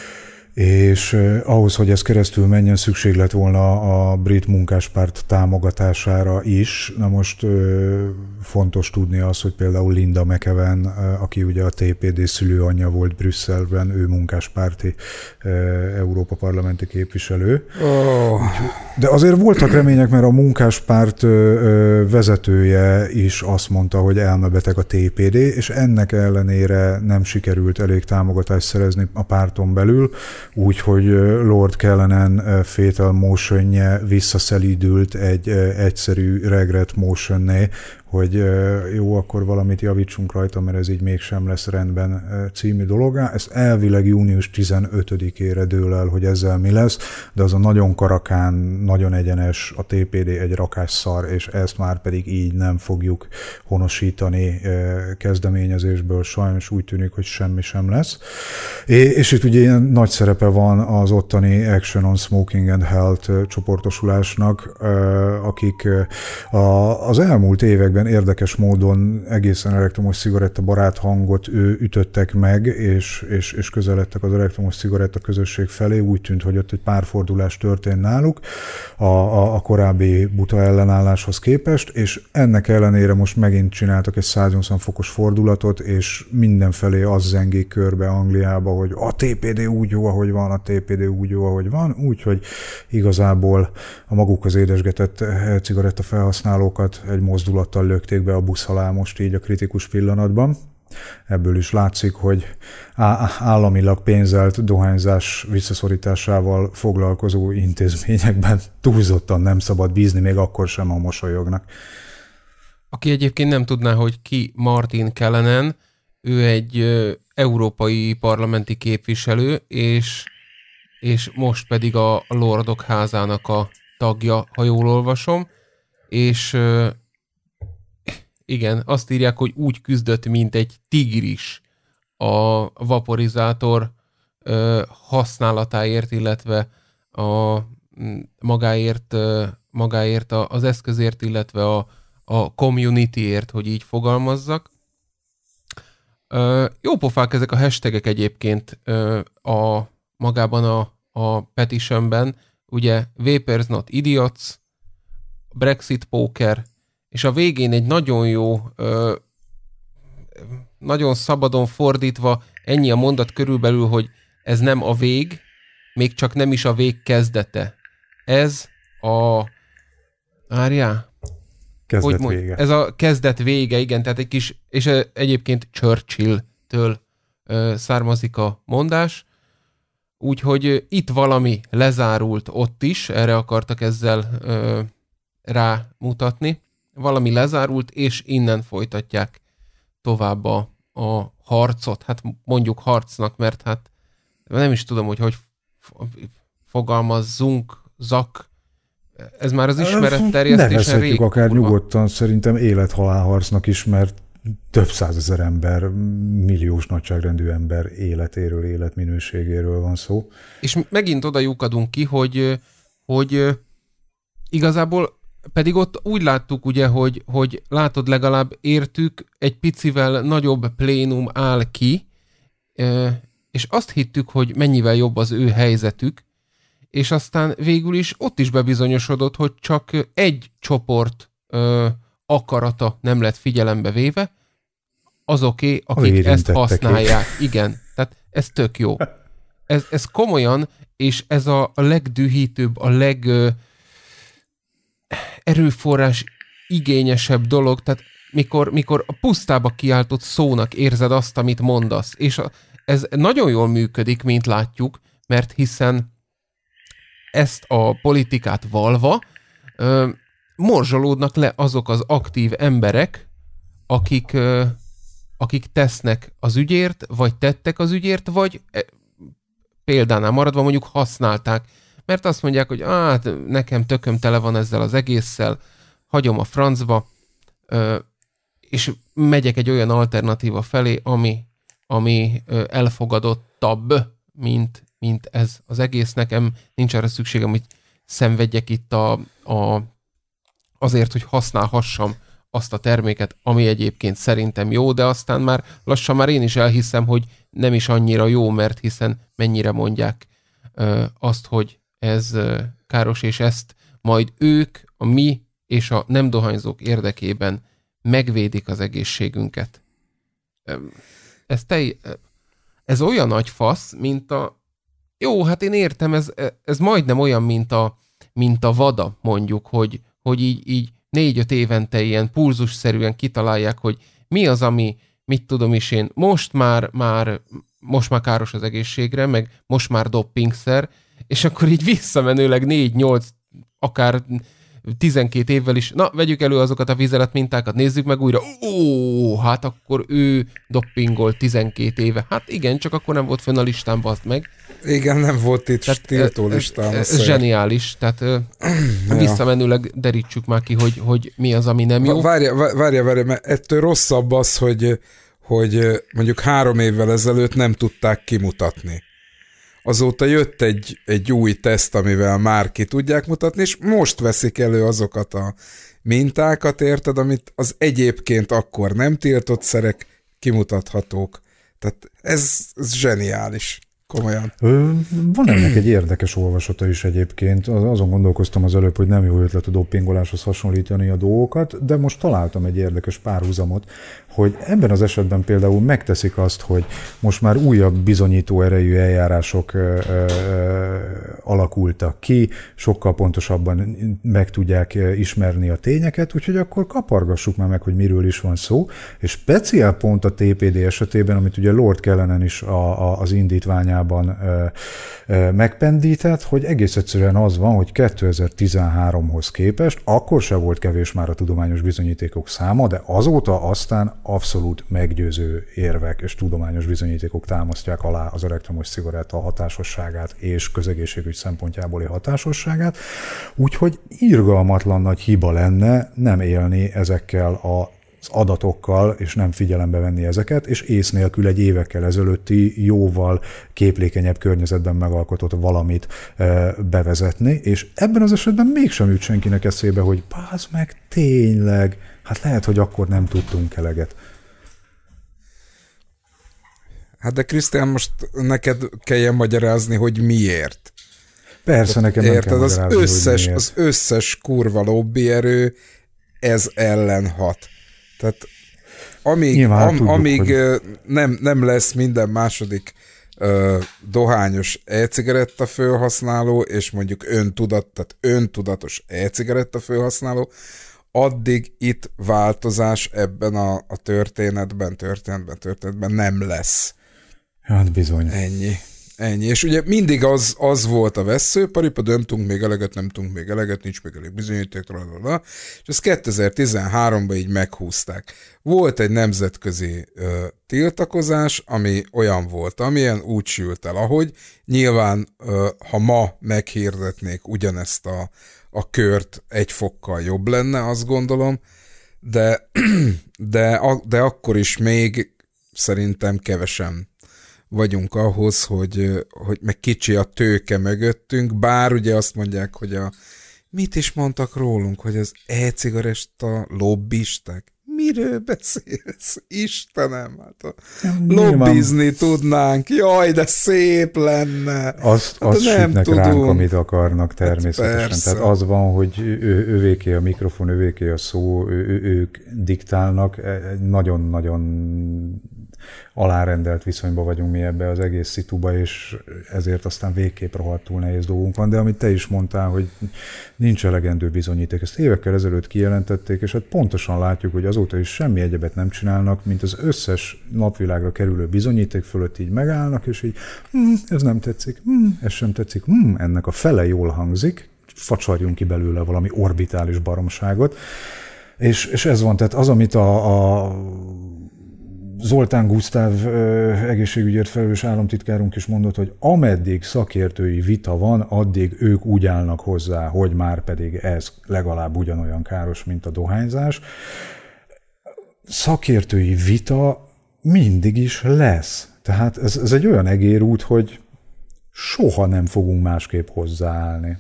És eh, ahhoz, hogy ez keresztül menjen, szükség lett volna a brit munkáspárt támogatására is. Na most eh, fontos tudni az, hogy például Linda McEwen, eh, aki ugye a té pé dé szülőanyja volt Brüsszelben, ő munkáspárti eh, Európa parlamenti képviselő. Oh. De azért voltak remények, mert a munkáspárt eh, vezetője is azt mondta, hogy elmebeteg a té pé dé, és ennek ellenére nem sikerült elég támogatást szerezni a párton belül, úgyhogy Lord Callanan Fatal Motion-je visszaszelídült egy egyszerű regret motion-né, hogy jó, akkor valamit javítsunk rajta, mert ez így mégsem lesz rendben című dologá. Ez elvileg június tizenötödikére dől el, hogy ezzel mi lesz, de az a nagyon karakán, nagyon egyenes, a té pé dé egy rakás szar, és ezt már pedig így nem fogjuk honosítani kezdeményezésből, sajnos úgy tűnik, hogy semmi sem lesz. És itt ugye ilyen nagy szerepe van az ottani Action on Smoking and Health csoportosulásnak, akik az elmúlt években érdekes módon egészen elektromos cigaretta barát hangot ő ütöttek meg, és, és, és közeledtek az elektromos cigaretta közösség felé. Úgy tűnt, hogy ott egy párfordulás történt náluk a, a, a korábbi buta ellenálláshoz képest, és ennek ellenére most megint csináltak egy száznyolcvan fokos fordulatot, és mindenfelé az zengik körbe Angliába, hogy a té pé dé úgy jó, ahogy van, a té pé dé úgy jó, ahogy van, úgyhogy igazából a magukhoz édesgetett cigaretta felhasználókat egy mozdulattal lökték be a busz alá most így a kritikus pillanatban. Ebből is látszik, hogy államilag pénzelt dohányzás visszaszorításával foglalkozó intézményekben túlzottan nem szabad bízni, még akkor sem, ha mosolyognak. Aki egyébként nem tudná, hogy ki Martin Callanan, ő egy ö, európai parlamenti képviselő, és, és most pedig a Lordok házának a tagja, ha jól olvasom, és ö, igen, azt írják, hogy úgy küzdött, mint egy tigris a vaporizátor ö, használatáért, illetve a magáért, ö, magáért a, az eszközért, illetve a, a communityért, hogy így fogalmazzak. Ö, jó pofák ezek a hashtagek egyébként ö, a magában a, a petitionben, ugye Vapers not idiots, Brexit póker, és a végén egy nagyon jó, ö, nagyon szabadon fordítva ennyi a mondat körülbelül, hogy ez nem a vég, még csak nem is a vég kezdete. Ez a... Várjál? Kezdet hogy vége. Ez a kezdet vége, igen, tehát egy kis, és egyébként Churchill-től ö, származik a mondás, úgyhogy itt valami lezárult ott is, erre akartak ezzel ö, rámutatni, valami lezárult, és innen folytatják tovább a, a harcot, hát mondjuk harcnak, mert hát nem is tudom, hogy hogy fogalmazzunk, zak, ez már az ismeretterjesztésen nevezhetjük rég akár kurva. nyugodtan, szerintem élet-halálharcnak is, mert több százezer ember, milliós nagyságrendű ember életéről, életminőségéről van szó. És megint oda lyukadunk ki, hogy, hogy igazából pedig ott úgy láttuk, ugye, hogy, hogy látod, legalább értük, egy picivel nagyobb plénum áll ki, és azt hittük, hogy mennyivel jobb az ő helyzetük, és aztán végül is ott is bebizonyosodott, hogy csak egy csoport ö, akarata nem lett figyelembe véve, azoké, akik ezt használják. Igen, tehát ez tök jó. Ez, ez komolyan, és ez a, a legdühítőbb, a leg ö, erőforrás igényesebb dolog, tehát mikor, mikor a pusztába kiáltott szónak érzed azt, amit mondasz, és a, ez nagyon jól működik, mint látjuk, mert hiszen ezt a politikát valva ö, morzsolódnak le azok az aktív emberek, akik, ö, akik tesznek az ügyért, vagy tettek az ügyért, vagy e, példánál maradva mondjuk használták. Mert azt mondják, hogy hát nekem tököm tele van ezzel az egésszel, hagyom a francba, ö, és megyek egy olyan alternatíva felé, ami, ami ö, elfogadottabb, mint mint ez az egész. Nekem nincs arra szükségem, hogy szenvedjek itt a, a, azért, hogy használhassam azt a terméket, ami egyébként szerintem jó, de aztán már lassan már én is elhiszem, hogy nem is annyira jó, mert hiszen mennyire mondják ö, azt, hogy ez ö, káros, és ezt majd ők, a mi és a nem dohányzók érdekében megvédik az egészségünket. Ez, te, ez olyan nagy fasz, mint a jó, hát én értem, ez, ez majdnem olyan, mint a, mint a vada, mondjuk, hogy, hogy így, így négy-öt évente ilyen pulzusszerűen kitalálják, hogy mi az, ami, mit tudom is én, most már, már, most már káros az egészségre, meg most már doppingszer, és akkor így visszamenőleg négy-nyolc, akár tizenkét évvel is, na, vegyük elő azokat a vizelet mintákat, nézzük meg újra, ó, hát akkor ő doppingolt tizenkét éve. Hát igen, csak akkor nem volt fönn a listán, bazd meg. Igen, nem volt itt tehát, tiltó listán. Ez, ez zseniális, tehát ja. Visszamenőleg derítsük már ki, hogy, hogy mi az, ami nem jó. Várja, várja, várja, mert ettől rosszabb az, hogy, hogy mondjuk három évvel ezelőtt nem tudták kimutatni. Azóta jött egy, egy új teszt, amivel már ki tudják mutatni, és most veszik elő azokat a mintákat, érted, amit az egyébként akkor nem tiltott szerek kimutathatók. Tehát ez, ez zseniális. Komolyan. Van ennek egy érdekes olvasata is egyébként. Azon gondolkoztam az előbb, hogy nem jó ötlet a doppingoláshoz hasonlítani a dolgokat, de most találtam egy érdekes párhuzamot, hogy ebben az esetben például megteszik azt, hogy most már újabb bizonyító erejű eljárások ö, ö, alakultak ki, sokkal pontosabban meg tudják ismerni a tényeket, úgyhogy akkor kapargassuk már meg, hogy miről is van szó, és speciál pont a té pé dé esetében, amit ugye Lord Callanan is a, a, az indítványában ö, ö, megpendített, hogy egész egyszerűen az van, hogy kétezer-tizenháromhoz képest akkor se volt kevés már a tudományos bizonyítékok száma, de azóta aztán abszolút meggyőző érvek és tudományos bizonyítékok támasztják alá az elektromos cigaretta hatásosságát és közegészségügy szempontjáboli hatásosságát, úgyhogy irgalmatlan nagy hiba lenne nem élni ezekkel a az adatokkal, és nem figyelembe venni ezeket, és ész nélkül egy évekkel ezelőtti jóval képlékenyebb környezetben megalkotott valamit e, bevezetni, és ebben az esetben mégsem jut senkinek eszébe, hogy bázd meg, tényleg, hát lehet, hogy akkor nem tudtunk eleget. Hát de Krisztián, most neked kelljen magyarázni, hogy miért. Persze, nekem nem érted, kell az magyarázni, összes, az összes kurva lobbyerő ez ellen hat. Tehát amíg, am, tudjuk, amíg hogy... nem, nem lesz minden második uh, dohányos e-cigaretta felhasználó, és mondjuk öntudat, tehát öntudatos e-cigaretta felhasználó, addig itt változás ebben a, a történetben, történetben, történetben nem lesz. Hát bizony. Ennyi. Ennyi. És ugye mindig az, az volt a vesszőparipa, de nem tudunk még eleget, nem tudunk még eleget, nincs még elég bizonyíték, és ezt kétezer-tizenháromban így meghúzták. Volt egy nemzetközi ö, tiltakozás, ami olyan volt, amilyen úgy sült el, ahogy nyilván, ö, ha ma meghirdetnék ugyanezt a, a kört, egy fokkal jobb lenne, azt gondolom, de, de, de akkor is még szerintem kevesen vagyunk ahhoz, hogy, hogy meg kicsi a tőke mögöttünk, bár ugye azt mondják, hogy a mit is mondtak rólunk, hogy az e-cigaretta lobbisták. Miről beszélsz? Istenem, hát a lobbizni tudnánk. Jaj, de szép lenne. Azt, hát azt sütnek ránk, amit akarnak természetesen. Hát tehát az van, hogy ő, ővéké a mikrofon, ővéké a szó, ő, ő, ők diktálnak. Nagyon-nagyon alárendelt viszonyban vagyunk mi ebbe az egész szituba, és ezért aztán végképp rohadtul nehéz dolgunk van, de amit te is mondtál, hogy nincs elegendő bizonyíték. Ezt évekkel ezelőtt kijelentették, és hát pontosan látjuk, hogy azóta is semmi egyebet nem csinálnak, mint az összes napvilágra kerülő bizonyíték fölött így megállnak, és így hm, ez nem tetszik, hm, ez sem tetszik, hm, ennek a fele jól hangzik, facsarjunk ki belőle valami orbitális baromságot, és, és ez van, tehát az, amit a, a Zoltán Gusztáv egészségügyért felelős államtitkárunk is mondott, hogy ameddig szakértői vita van, addig ők úgy állnak hozzá, hogy már pedig ez legalább ugyanolyan káros, mint a dohányzás. Szakértői vita mindig is lesz. Tehát ez, ez egy olyan egérút, hogy soha nem fogunk másképp hozzáállni.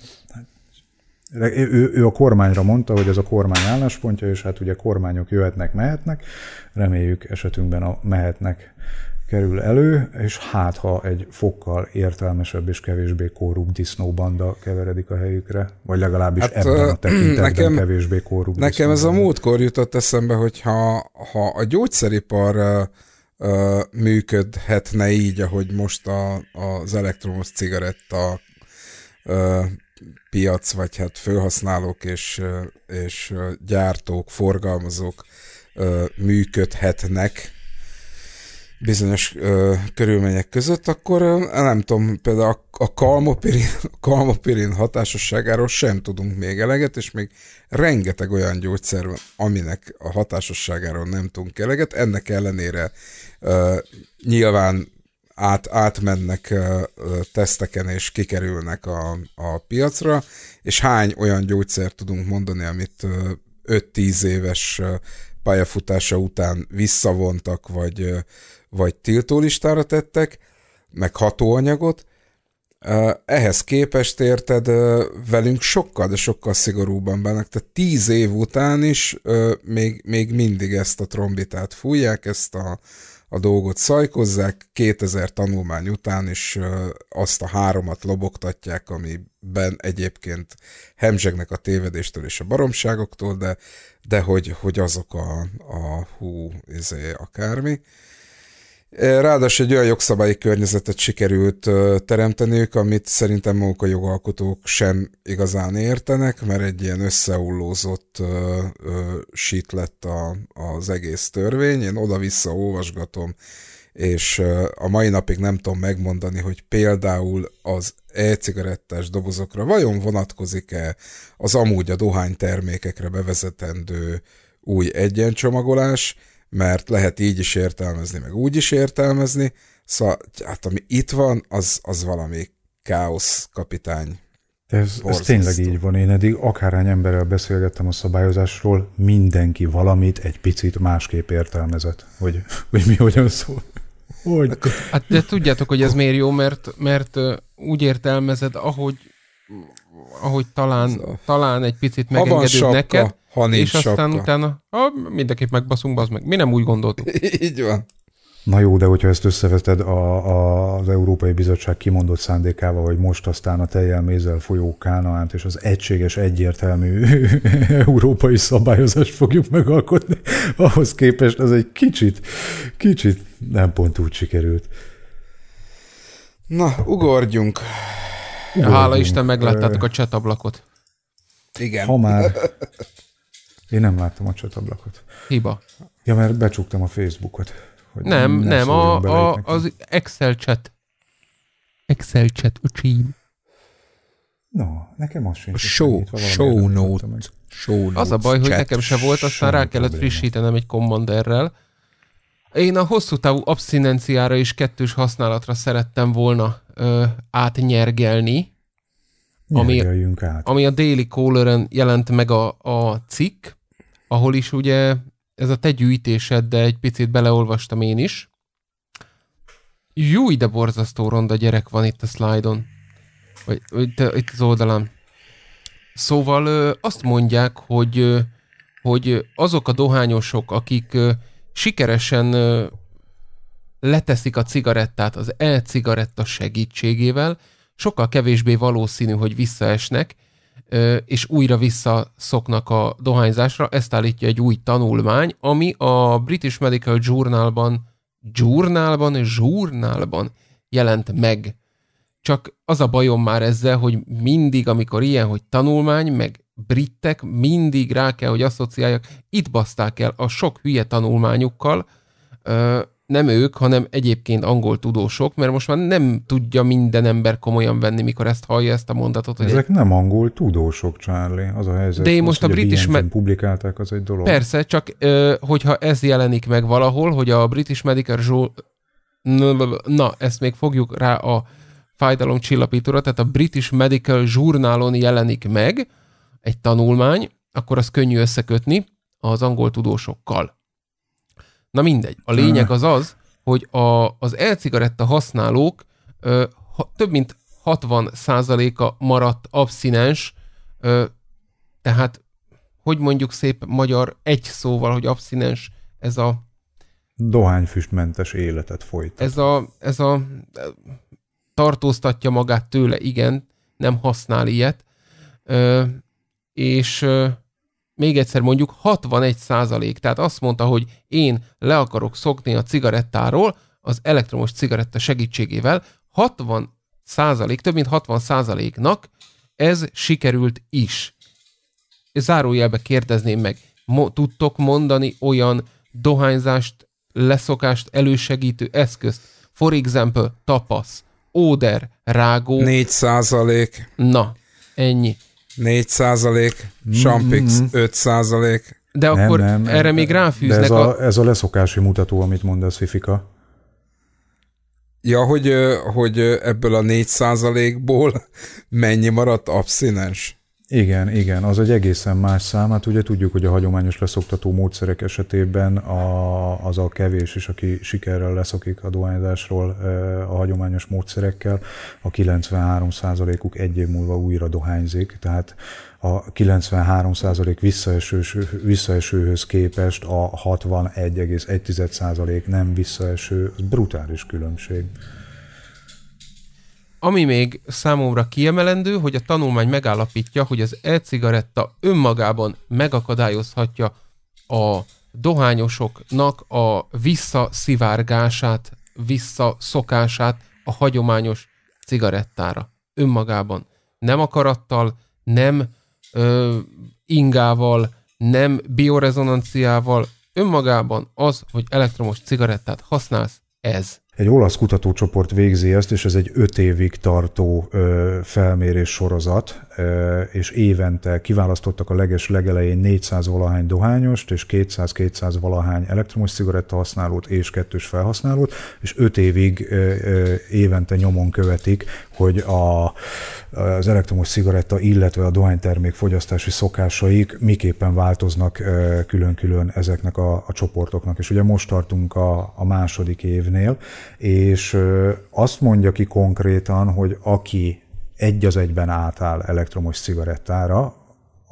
Ő, ő a kormányra mondta, hogy ez a kormány álláspontja, és hát ugye kormányok jöhetnek, mehetnek, reméljük esetünkben a mehetnek kerül elő, és hát ha egy fokkal értelmesebb és kevésbé korrupt disznóbanda keveredik a helyükre, vagy legalábbis hát, ebben a tekintetben nekem, kevésbé korrupt Nekem ez a múltkor jutott eszembe, hogy ha, ha a gyógyszeripar uh, uh, működhetne így, ahogy most a, az elektromos cigaretta uh, piac, vagy hát felhasználók és, és gyártók, forgalmazók működhetnek bizonyos körülmények között, akkor nem tudom, például a kalmopirin, a kalmopirin hatásosságáról sem tudunk még eleget, és még rengeteg olyan gyógyszer van, aminek a hatásosságáról nem tudunk eleget, ennek ellenére nyilván Át, átmennek uh, teszteken és kikerülnek a, a piacra, és hány olyan gyógyszert tudunk mondani, amit uh, öt-tíz éves uh, pályafutása után visszavontak, vagy, uh, vagy tiltólistára tettek, meg hatóanyagot. Uh, ehhez képest érted, uh, velünk sokkal, de sokkal szigorúbban bánnak, tehát tíz év után is uh, még, még mindig ezt a trombitát fújják, ezt a a dolgot szajkozzák, kétezer tanulmány után is azt a háromat lobogtatják, amiben egyébként hemzsegnek a tévedéstől és a baromságoktól, de, de hogy, hogy azok a, a hú, izé, akármi. Ráadásul egy olyan jogszabályi környezetet sikerült teremteniük, amit szerintem maguk a jogalkotók sem igazán értenek, mert egy ilyen összeullózott shit lett a, az egész törvény. Én oda-vissza olvasgatom, és a mai napig nem tudom megmondani, hogy például az e-cigarettás dobozokra vajon vonatkozik-e az amúgy a dohánytermékekre bevezetendő új egyencsomagolás, mert lehet így is értelmezni, meg úgy is értelmezni. Szóval, hát ami itt van, az, az valami káosz, kapitány. Ez, ez tényleg így van. Én eddig akárhány emberrel beszélgettem a szabályozásról, mindenki valamit egy picit másképp értelmezett, hogy, hogy mi hogyan szól. Hogy? Hát de tudjátok, hogy ez miért jó, mert, mert úgy értelmezed, ahogy, ahogy talán, talán egy picit megengedőbb neked, ha és aztán sapka. Utána ah, mindenképp megbaszunk, bazd meg. Mi nem úgy gondoltuk. Így van. Na jó, de hogyha ezt összeveted a, a, az Európai Bizottság kimondott szándékával, hogy most aztán a tejjel mézzel folyó Kánaánt és az egységes, egyértelmű európai szabályozást fogjuk megalkotni, ahhoz képest az egy kicsit, kicsit nem pont úgy sikerült. Na, ugorjunk. ugorjunk. Hála Isten, megláttátok a csatablakot. Igen. Ha már... Én nem láttam a csatablakot. Hiba. Ja, mert becsuktam a Facebookot. Hogy nem, ne nem, a, a, az Excel chat. Excel chat, öcsém. No, nekem az sincs. Show, show note. Show az a baj, chat, hogy nekem se volt, aztán rá kellett probléma. Frissítenem egy commanderrel. Én a hosszú távú abszinenciára és kettős használatra szerettem volna ö, átnyergelni. Ami, át. ami a Daily Caller-en jelent meg a, a cikk, ahol is ugye ez a te gyűjtésed, de egy picit beleolvastam én is. Júj, de borzasztó ronda gyerek van itt a szlájdon. Vagy itt, itt az oldalán. Szóval ö, azt mondják, hogy, ö, hogy azok a dohányosok, akik ö, sikeresen ö, leteszik a cigarettát az e-cigaretta segítségével, sokkal kevésbé valószínű, hogy visszaesnek, és újra visszaszoknak a dohányzásra. Ezt állítja egy új tanulmány, ami a British Medical Journalban, Journalban, Journalban jelent meg. Csak az a bajom már ezzel, hogy mindig, amikor ilyen, hogy tanulmány, meg britek, mindig rá kell, hogy asszociáljak, itt baszták el a sok hülye tanulmányukkal, nem ők, hanem egyébként angol tudósok, mert most már nem tudja minden ember komolyan venni, mikor ezt hallja, ezt a mondatot. Ezek egy... nem angol tudósok, Charlie, az a helyzet. De én az, most a British... Me- publikálták, az egy dolog. Persze, csak hogyha ez jelenik meg valahol, hogy a British Medical Journal... Na, ezt még fogjuk rá a fájdalomcsillapítóra, tehát a British Medical Journalon jelenik meg egy tanulmány, akkor az könnyű összekötni az angol tudósokkal. Na mindegy. A lényeg az az, hogy a, az e-cigaretta használók ö, ha, több mint hatvan százaléka maradt abszinens, ö, tehát, hogy mondjuk szép magyar egy szóval, hogy abszinens, ez a... Dohányfüstmentes életet folytat. Ez a, ez a tartóztatja magát tőle, igen, nem használ ilyet, ö, és... Ö, még egyszer mondjuk hatvanegy százalék, tehát azt mondta, hogy én le akarok szokni a cigarettáról az elektromos cigaretta segítségével, hatvan százalék, több mint hatvan százaléknak ez sikerült is. Zárójelbe kérdezném meg, mo- tudtok mondani olyan dohányzást, leszokást elősegítő eszközt? For example, tapasz, óder, rágó. négy százalék. Na, ennyi. négy százalék, Champix mm-hmm. öt százalék. De nem, akkor nem, erre nem, még ráfűznek ez a... a... Ez a leszokási mutató, amit mondasz, Fifika. Ja, hogy, hogy ebből a négy százalékból mennyi maradt abszinens? Igen, igen, az egy egészen más szám. Hát ugye tudjuk, hogy a hagyományos leszoktató módszerek esetében a, az a kevés is, aki sikerrel leszokik a dohányzásról a hagyományos módszerekkel, a kilencvenhárom százalékuk egy év múlva újra dohányzik, tehát a kilencvenhárom százalék visszaesős, visszaesőhöz képest a hatvanegy egész egy százalék nem visszaeső, az brutális különbség. Ami még számomra kiemelendő, hogy a tanulmány megállapítja, hogy az e-cigaretta önmagában megakadályozhatja a dohányosoknak a visszaszivárgását, visszaszokását a hagyományos cigarettára. Önmagában. Nem akarattal, nem ö, ingával, nem biorezonanciával. Önmagában az, hogy elektromos cigarettát használsz, ez. Egy olasz kutatócsoport végzi ezt, és ez egy öt évig tartó ö, felmérés sorozat, ö, és évente kiválasztottak a leges legelején négyszáz valahány dohányost, és kétszáz-kétszáz valahány elektromos cigaretta használót és kettős felhasználót, és öt évig ö, ö, évente nyomon követik, hogy a, az elektromos cigaretta, illetve a dohánytermék fogyasztási szokásaik miképpen változnak ö, külön-külön ezeknek a, a csoportoknak. És ugye most tartunk a, a második évnél, és azt mondja ki konkrétan, hogy aki egy az egyben átáll elektromos cigarettára,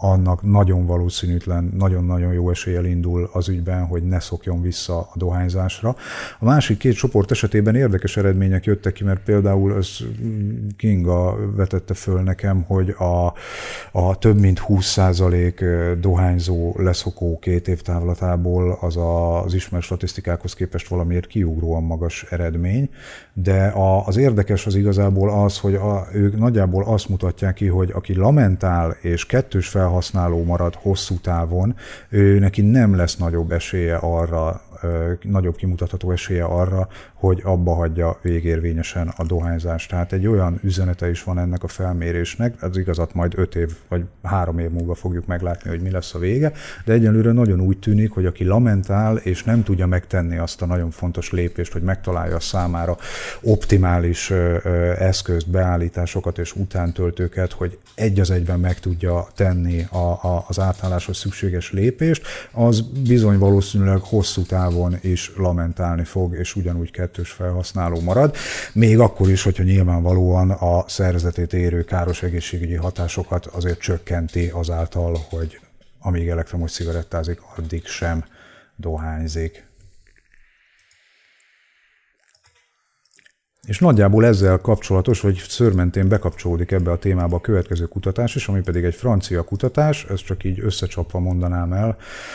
annak nagyon valószínűtlen, nagyon-nagyon jó eséllyel indul az ügyben, hogy ne szokjon vissza a dohányzásra. A másik két csoport esetében érdekes eredmények jöttek ki, mert például ez Kinga vetette föl nekem, hogy a, a több mint húsz százalék dohányzó leszokó két év távlatából az a, az ismert statisztikákhoz képest valamiért kiugróan magas eredmény, de a, az érdekes az igazából az, hogy a, ők nagyjából azt mutatják ki, hogy aki lamentál és kettős felhasználó marad hosszú távon, ő neki nem lesz nagyobb esélye arra, nagyobb kimutatható esélye arra, hogy abba hagyja végérvényesen a dohányzást. Tehát egy olyan üzenete is van ennek a felmérésnek, az igazat majd öt év vagy három év múlva fogjuk meglátni, hogy mi lesz a vége, de egyelőre nagyon úgy tűnik, hogy aki lamentál és nem tudja megtenni azt a nagyon fontos lépést, hogy megtalálja a számára optimális eszközt, beállításokat és utántöltőket, hogy egy az egyben meg tudja tenni a, a, az átálláshoz szükséges lépést, az bizony valószínűleg hosszú távon is lamentálni fog, és ugyanúgy kettős felhasználó marad, még akkor is, hogyha nyilvánvalóan a szervezetét érő káros egészségügyi hatásokat azért csökkenti azáltal, hogy amíg elektromos cigarettázik, addig sem dohányzik. És nagyjából ezzel kapcsolatos, vagy szőrmentén bekapcsolódik ebbe a témába a következő kutatás is, ami pedig egy francia kutatás, ezt csak így összecsapva mondanám el.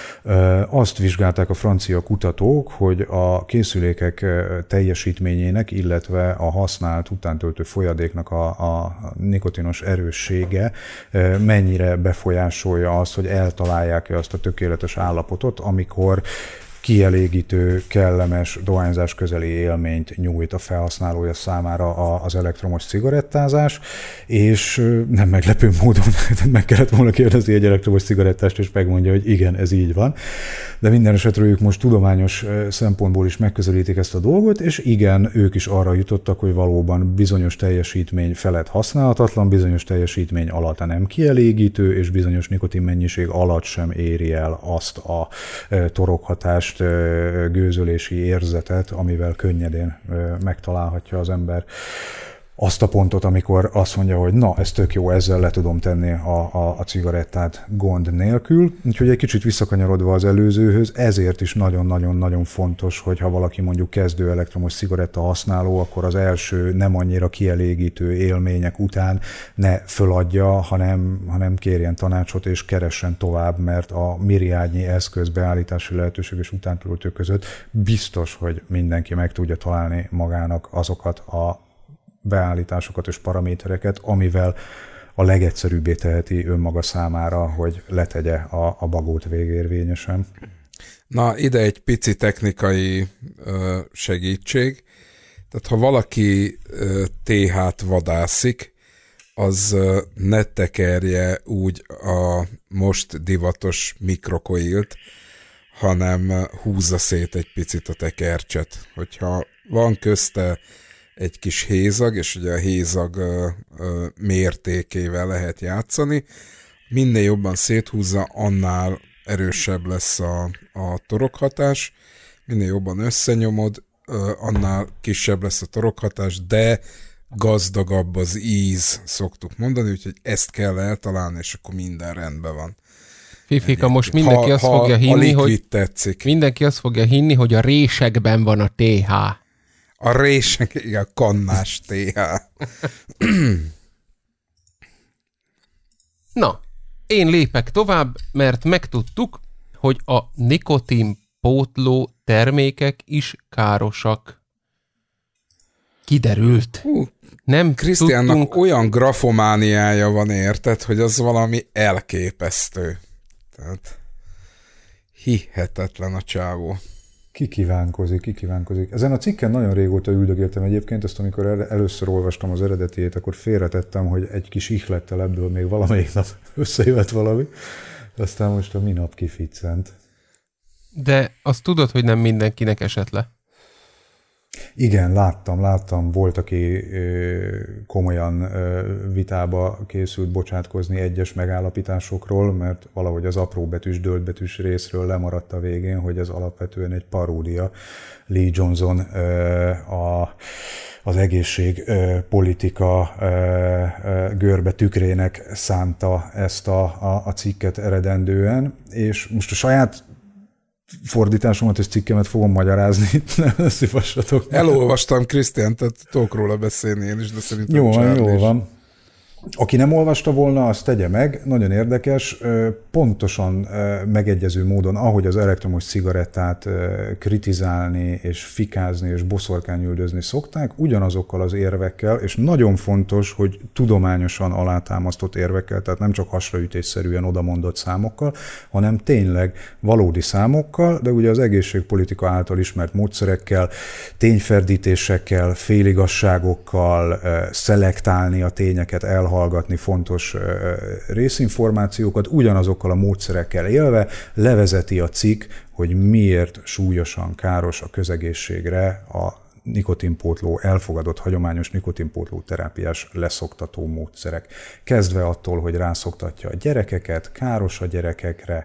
Azt vizsgálták a francia kutatók, hogy a készülékek teljesítményének, illetve a használt utántöltő folyadéknak a, a nikotinos erőssége mennyire befolyásolja azt, hogy eltalálják-e azt a tökéletes állapotot, amikor kielégítő, kellemes, dohányzás közeli élményt nyújt a felhasználója számára az elektromos cigarettázás, és nem meglepő módon meg kellett volna kérdezni egy elektromos cigarettást, és megmondja, hogy igen, ez így van. De minden esetre ők most tudományos szempontból is megközelítik ezt a dolgot, és igen, ők is arra jutottak, hogy valóban bizonyos teljesítmény felett használhatatlan, bizonyos teljesítmény alatt nem kielégítő, és bizonyos nikotin mennyiség alatt sem éri el azt a torokhatást, gőzölési érzetet, amivel könnyedén megtalálhatja az ember azt a pontot, amikor azt mondja, hogy na, ez tök jó, ezzel le tudom tenni a, a, a cigarettát gond nélkül. Úgyhogy egy kicsit visszakanyarodva az előzőhöz, ezért is nagyon-nagyon-nagyon fontos, hogy ha valaki mondjuk kezdő elektromos cigaretta használó, akkor az első nem annyira kielégítő élmények után ne föladja, hanem, hanem kérjen tanácsot és keressen tovább, mert a miriádnyi eszköz, beállítási lehetőség és utántöltő között biztos, hogy mindenki meg tudja találni magának azokat a beállításokat és paramétereket, amivel a legegyszerűbbé teheti önmaga számára, hogy letegye a, a bagót végérvényesen. Na, ide egy pici technikai ö, segítség. Tehát ha valaki ö, té hát vadászik, az ö, ne tekerje úgy a most divatos mikrokoilt, hanem húzza szét egy picit a tekercset. Hogyha van közte egy kis hézag, és ugye a hézag ö, ö, mértékével lehet játszani. Minél jobban széthúzza, annál erősebb lesz a, a torokhatás. Minél jobban összenyomod, ö, annál kisebb lesz a torokhatás, de gazdagabb az íz, szoktuk mondani, úgyhogy ezt kell eltalálni, és akkor minden rendben van. Fifika, most mindenki ha, azt ha fogja hinni, hogy tetszik. mindenki azt fogja hinni, hogy a résekben van a té há. A rések, igen, kannás té há. Na, én lépek tovább, mert megtudtuk, hogy a nikotinpótló termékek is károsak. Kiderült. Hú, nem Krisztiánnak tudtunk... olyan grafomániája van, érted, hogy az valami elképesztő. Tehát hihetetlen a csávó. Ki kívánkozik, ki kívánkozik. Ezen a cikken nagyon régóta üldögéltem egyébként, azt amikor először olvastam az eredetiét, akkor félretettem, hogy egy kis ihlettel ebből még valamelyik nap összejöhet valami. Aztán most a minap kificcent. De azt tudod, hogy nem mindenkinek esett le? Igen, láttam, láttam. Volt, aki komolyan vitába készült bocsátkozni egyes megállapításokról, mert valahogy az apróbetűs, döltbetűs részről lemaradt a végén, hogy ez alapvetően egy paródia. Lee Johnson a, az egészségpolitika görbe tükrének szánta ezt a, a, a cikket eredendően, és most a saját fordításomat és cikkemet fogom magyarázni, nem szívassatok. Elolvastam, Krisztián, tehát tudok róla beszélni én is, de szerintem jó van, Charlie jó is. van. Aki nem olvasta volna, azt tegye meg, nagyon érdekes, pontosan megegyező módon, ahogy az elektromos cigarettát kritizálni és fikázni és boszorkányüldözni szokták, ugyanazokkal az érvekkel, és nagyon fontos, hogy tudományosan alátámasztott érvekkel, tehát nem csak hasraütésszerűen odamondott számokkal, hanem tényleg valódi számokkal, de ugye az egészségpolitika által ismert módszerekkel, tényferdítésekkel, féligasságokkal, szelektálni a tényeket, elhallgatni, hallgatni fontos részinformációkat, ugyanazokkal a módszerekkel élve levezeti a cikk, hogy miért súlyosan káros a közegészségre a nikotinpótló, elfogadott hagyományos nikotinpótló terápiás leszoktató módszerek. Kezdve attól, hogy rászoktatja a gyerekeket, káros a gyerekekre,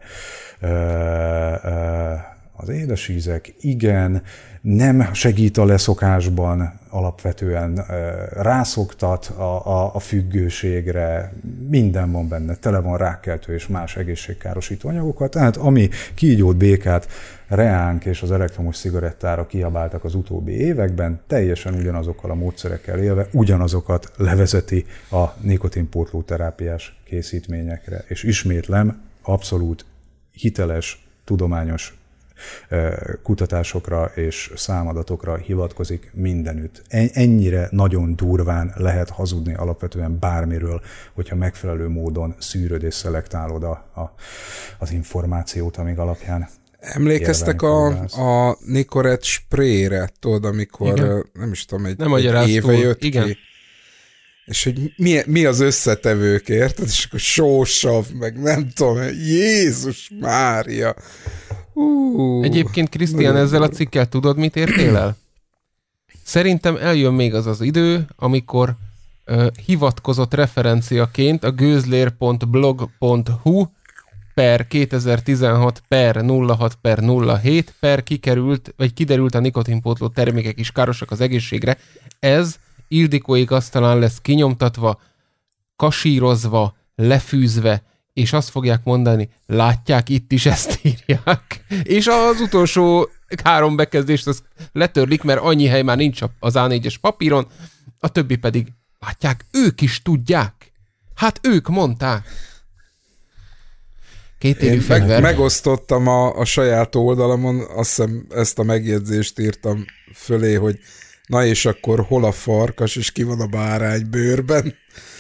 az édesízek, igen, nem segít a leszokásban, alapvetően rászoktat a, a, a függőségre, minden van benne, tele van rákkeltő és más egészségkárosító anyagokat, tehát ami kígyót, békát, reánk és az elektromos cigarettára kiabáltak az utóbbi években, teljesen ugyanazokkal a módszerekkel élve, ugyanazokat levezeti a nikotinpótló terápiás készítményekre. És ismétlem, abszolút hiteles, tudományos kutatásokra és számadatokra hivatkozik mindenütt. Ennyire nagyon durván lehet hazudni alapvetően bármiről, hogyha megfelelő módon szűröd és szelektálod a, a, az információt, amíg alapján emlékeztek a, a Nicorette sprayre, tudod, amikor igen. nem is tudom, egy, nem egy éve jött igen. ki. És hogy mi, mi az összetevők, érted? És akkor sósav, meg nem tudom, Jézus Mária. Uh, Egyébként, Krisztián, ezzel a cikkel tudod, mit értél el? Szerintem eljön még az az idő, amikor uh, hivatkozott referenciaként a gőzlér pont blog pont hu per kétezer-tizenhat per nulla hat per nulla hét per kikerült, vagy kiderült a nikotinpótló termékek is károsak az egészségre. Ez Ildikóik asztalán lesz kinyomtatva, kasírozva, lefűzve, és azt fogják mondani, látják, itt is ezt írják. És az utolsó három bekezdést azt letörlik, mert annyi hely már nincs az á négyes papíron, a többi pedig, látják, ők is tudják. Hát ők mondták. Kétérű fegyver. Meg, megosztottam a, a saját oldalamon, azt hiszem ezt a megjegyzést írtam fölé, hogy na és akkor hol a farkas, és ki van a bárány bőrben?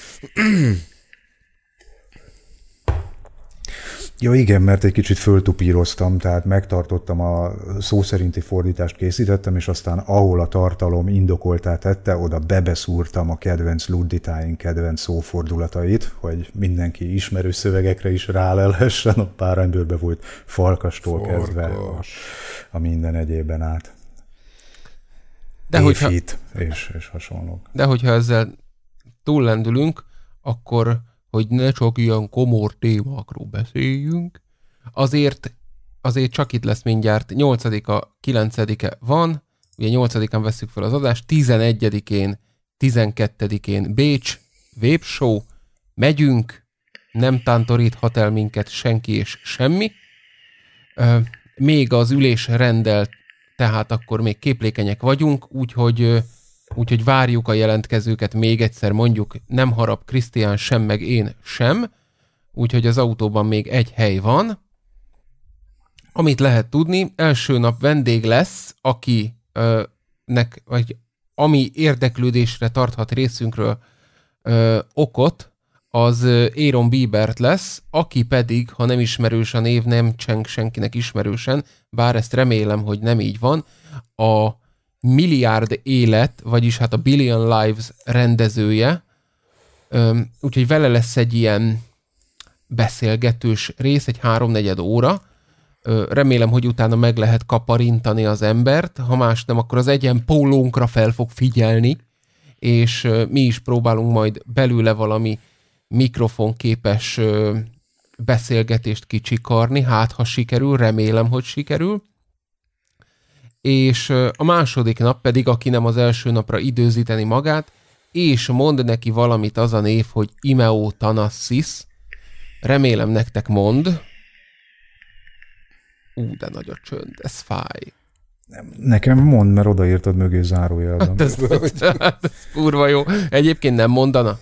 Ja igen, mert egy kicsit föltupíroztam, tehát megtartottam a szó szerinti fordítást, készítettem, és aztán ahol a tartalom indokoltá tette, oda bebeszúrtam a kedvenc ludditáink kedvenc szófordulatait, hogy mindenki ismerő szövegekre is rálelhessen, a báránybőrbe volt farkastól Farkas. kezdve a, a minden egyében át. De hogyha, és, és hasonlók. De hogyha ezzel túllendülünk, akkor, hogy ne csak ilyen komor témákról beszéljünk, azért, azért csak itt lesz mindjárt nyolcadika, kilencedike van, ugye nyolcadikán vesszük fel az adást, tizenegyedikén, tizenkettedikén Bécs, Webshow, megyünk, nem tántoríthat el minket senki és semmi. Még az ülés rendelt, tehát akkor még képlékenyek vagyunk, úgyhogy, úgyhogy várjuk a jelentkezőket még egyszer, mondjuk nem harap Krisztián sem, meg én sem, úgyhogy az autóban még egy hely van. Amit lehet tudni, első nap vendég lesz, akinek, vagy ami érdeklődésre tarthat részünkről ö, okot, az Aaron Biebert lesz, aki pedig, ha nem ismerős a név, nem cseng senkinek ismerősen, bár ezt remélem, hogy nem így van, a Milliárd Élet, vagyis hát a Billion Lives rendezője, úgyhogy vele lesz egy ilyen beszélgetős rész, egy háromnegyed óra, Remélem, hogy utána meg lehet kaparintani az embert, ha más nem, akkor az egyen pólónkra fel fog figyelni, és mi is próbálunk majd belőle valami mikrofonképes beszélgetést kicsikarni, hát ha sikerül, remélem, hogy sikerül. És a második nap pedig, aki nem az első napra időzíteni magát, és mond neki valamit az a név, hogy Imeo Thanassis. Remélem nektek mond. Ú, de nagy a csönd, ez fáj. Nekem mond, mert odaírtad mögé zárójelben. Hát ez, ez kurva jó. Egyébként nem mondana?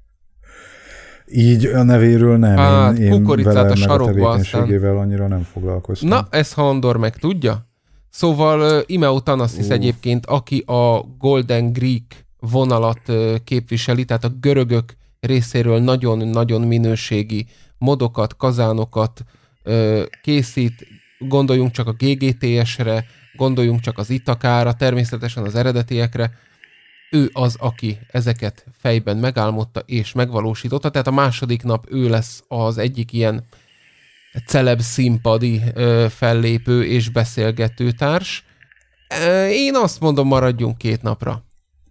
Így a nevéről nem. Hát, én, én vele a meg a aztán... tevékenységével annyira nem foglalkoztam. Na, ez Handor meg tudja? Szóval uh, Imeo Thanassis egyébként, aki a Golden Greek vonalat uh, képviseli, tehát a görögök részéről nagyon-nagyon minőségi modokat, kazánokat uh, készít, gondoljunk csak a gé gé té es-re, gondoljunk csak az Itakára, természetesen az eredetiekre. Ő az, aki ezeket fejben megálmodta és megvalósította, tehát a második nap ő lesz az egyik ilyen celeb színpadi ö, fellépő és beszélgetőtárs. Én azt mondom, maradjunk két napra.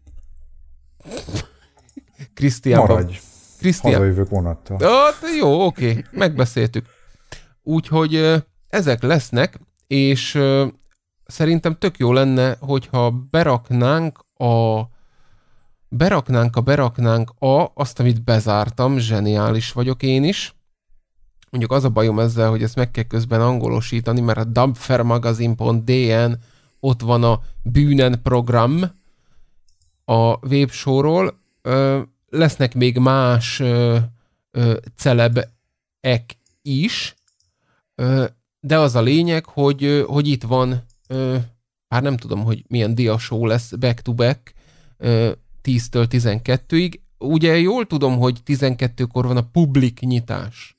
Krisztiánban. Maradj. Krisztián... Hazajövök vonattal. Ah, jó, oké, okay. Megbeszéltük. Úgyhogy ö, ezek lesznek, és ö, szerintem tök jó lenne, hogyha beraknánk a beraknánk a beraknánk a azt, amit bezártam, zseniális vagyok én is. Mondjuk az a bajom ezzel, hogy ezt meg kell közben angolosítani, mert a dubfermagazine pont dé en ott van a Bühnen program a webshowról. Ö, lesznek még más ö, ö, celebek is, ö, de az a lényeg, hogy, ö, hogy itt van, ö, hát nem tudom, hogy milyen diashow lesz back-to-back, ö, tíztől tizenkettőig. Ugye jól tudom, hogy tizenkettőkor van a publik nyitás.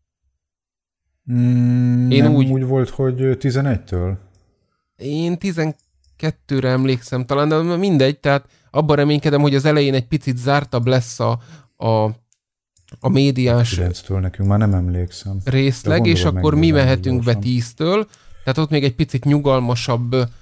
Mm, Én nem úgy, úgy volt, hogy tizenegytől? Én tizenkettőre emlékszem talán, de mindegy, tehát abban reménykedem, hogy az elején egy picit zártabb lesz a, a, a médiás kilenctől nekünk már nem emlékszem. részleg, és akkor mi mehetünk be tíztől, tehát ott még egy picit nyugalmasabb ö,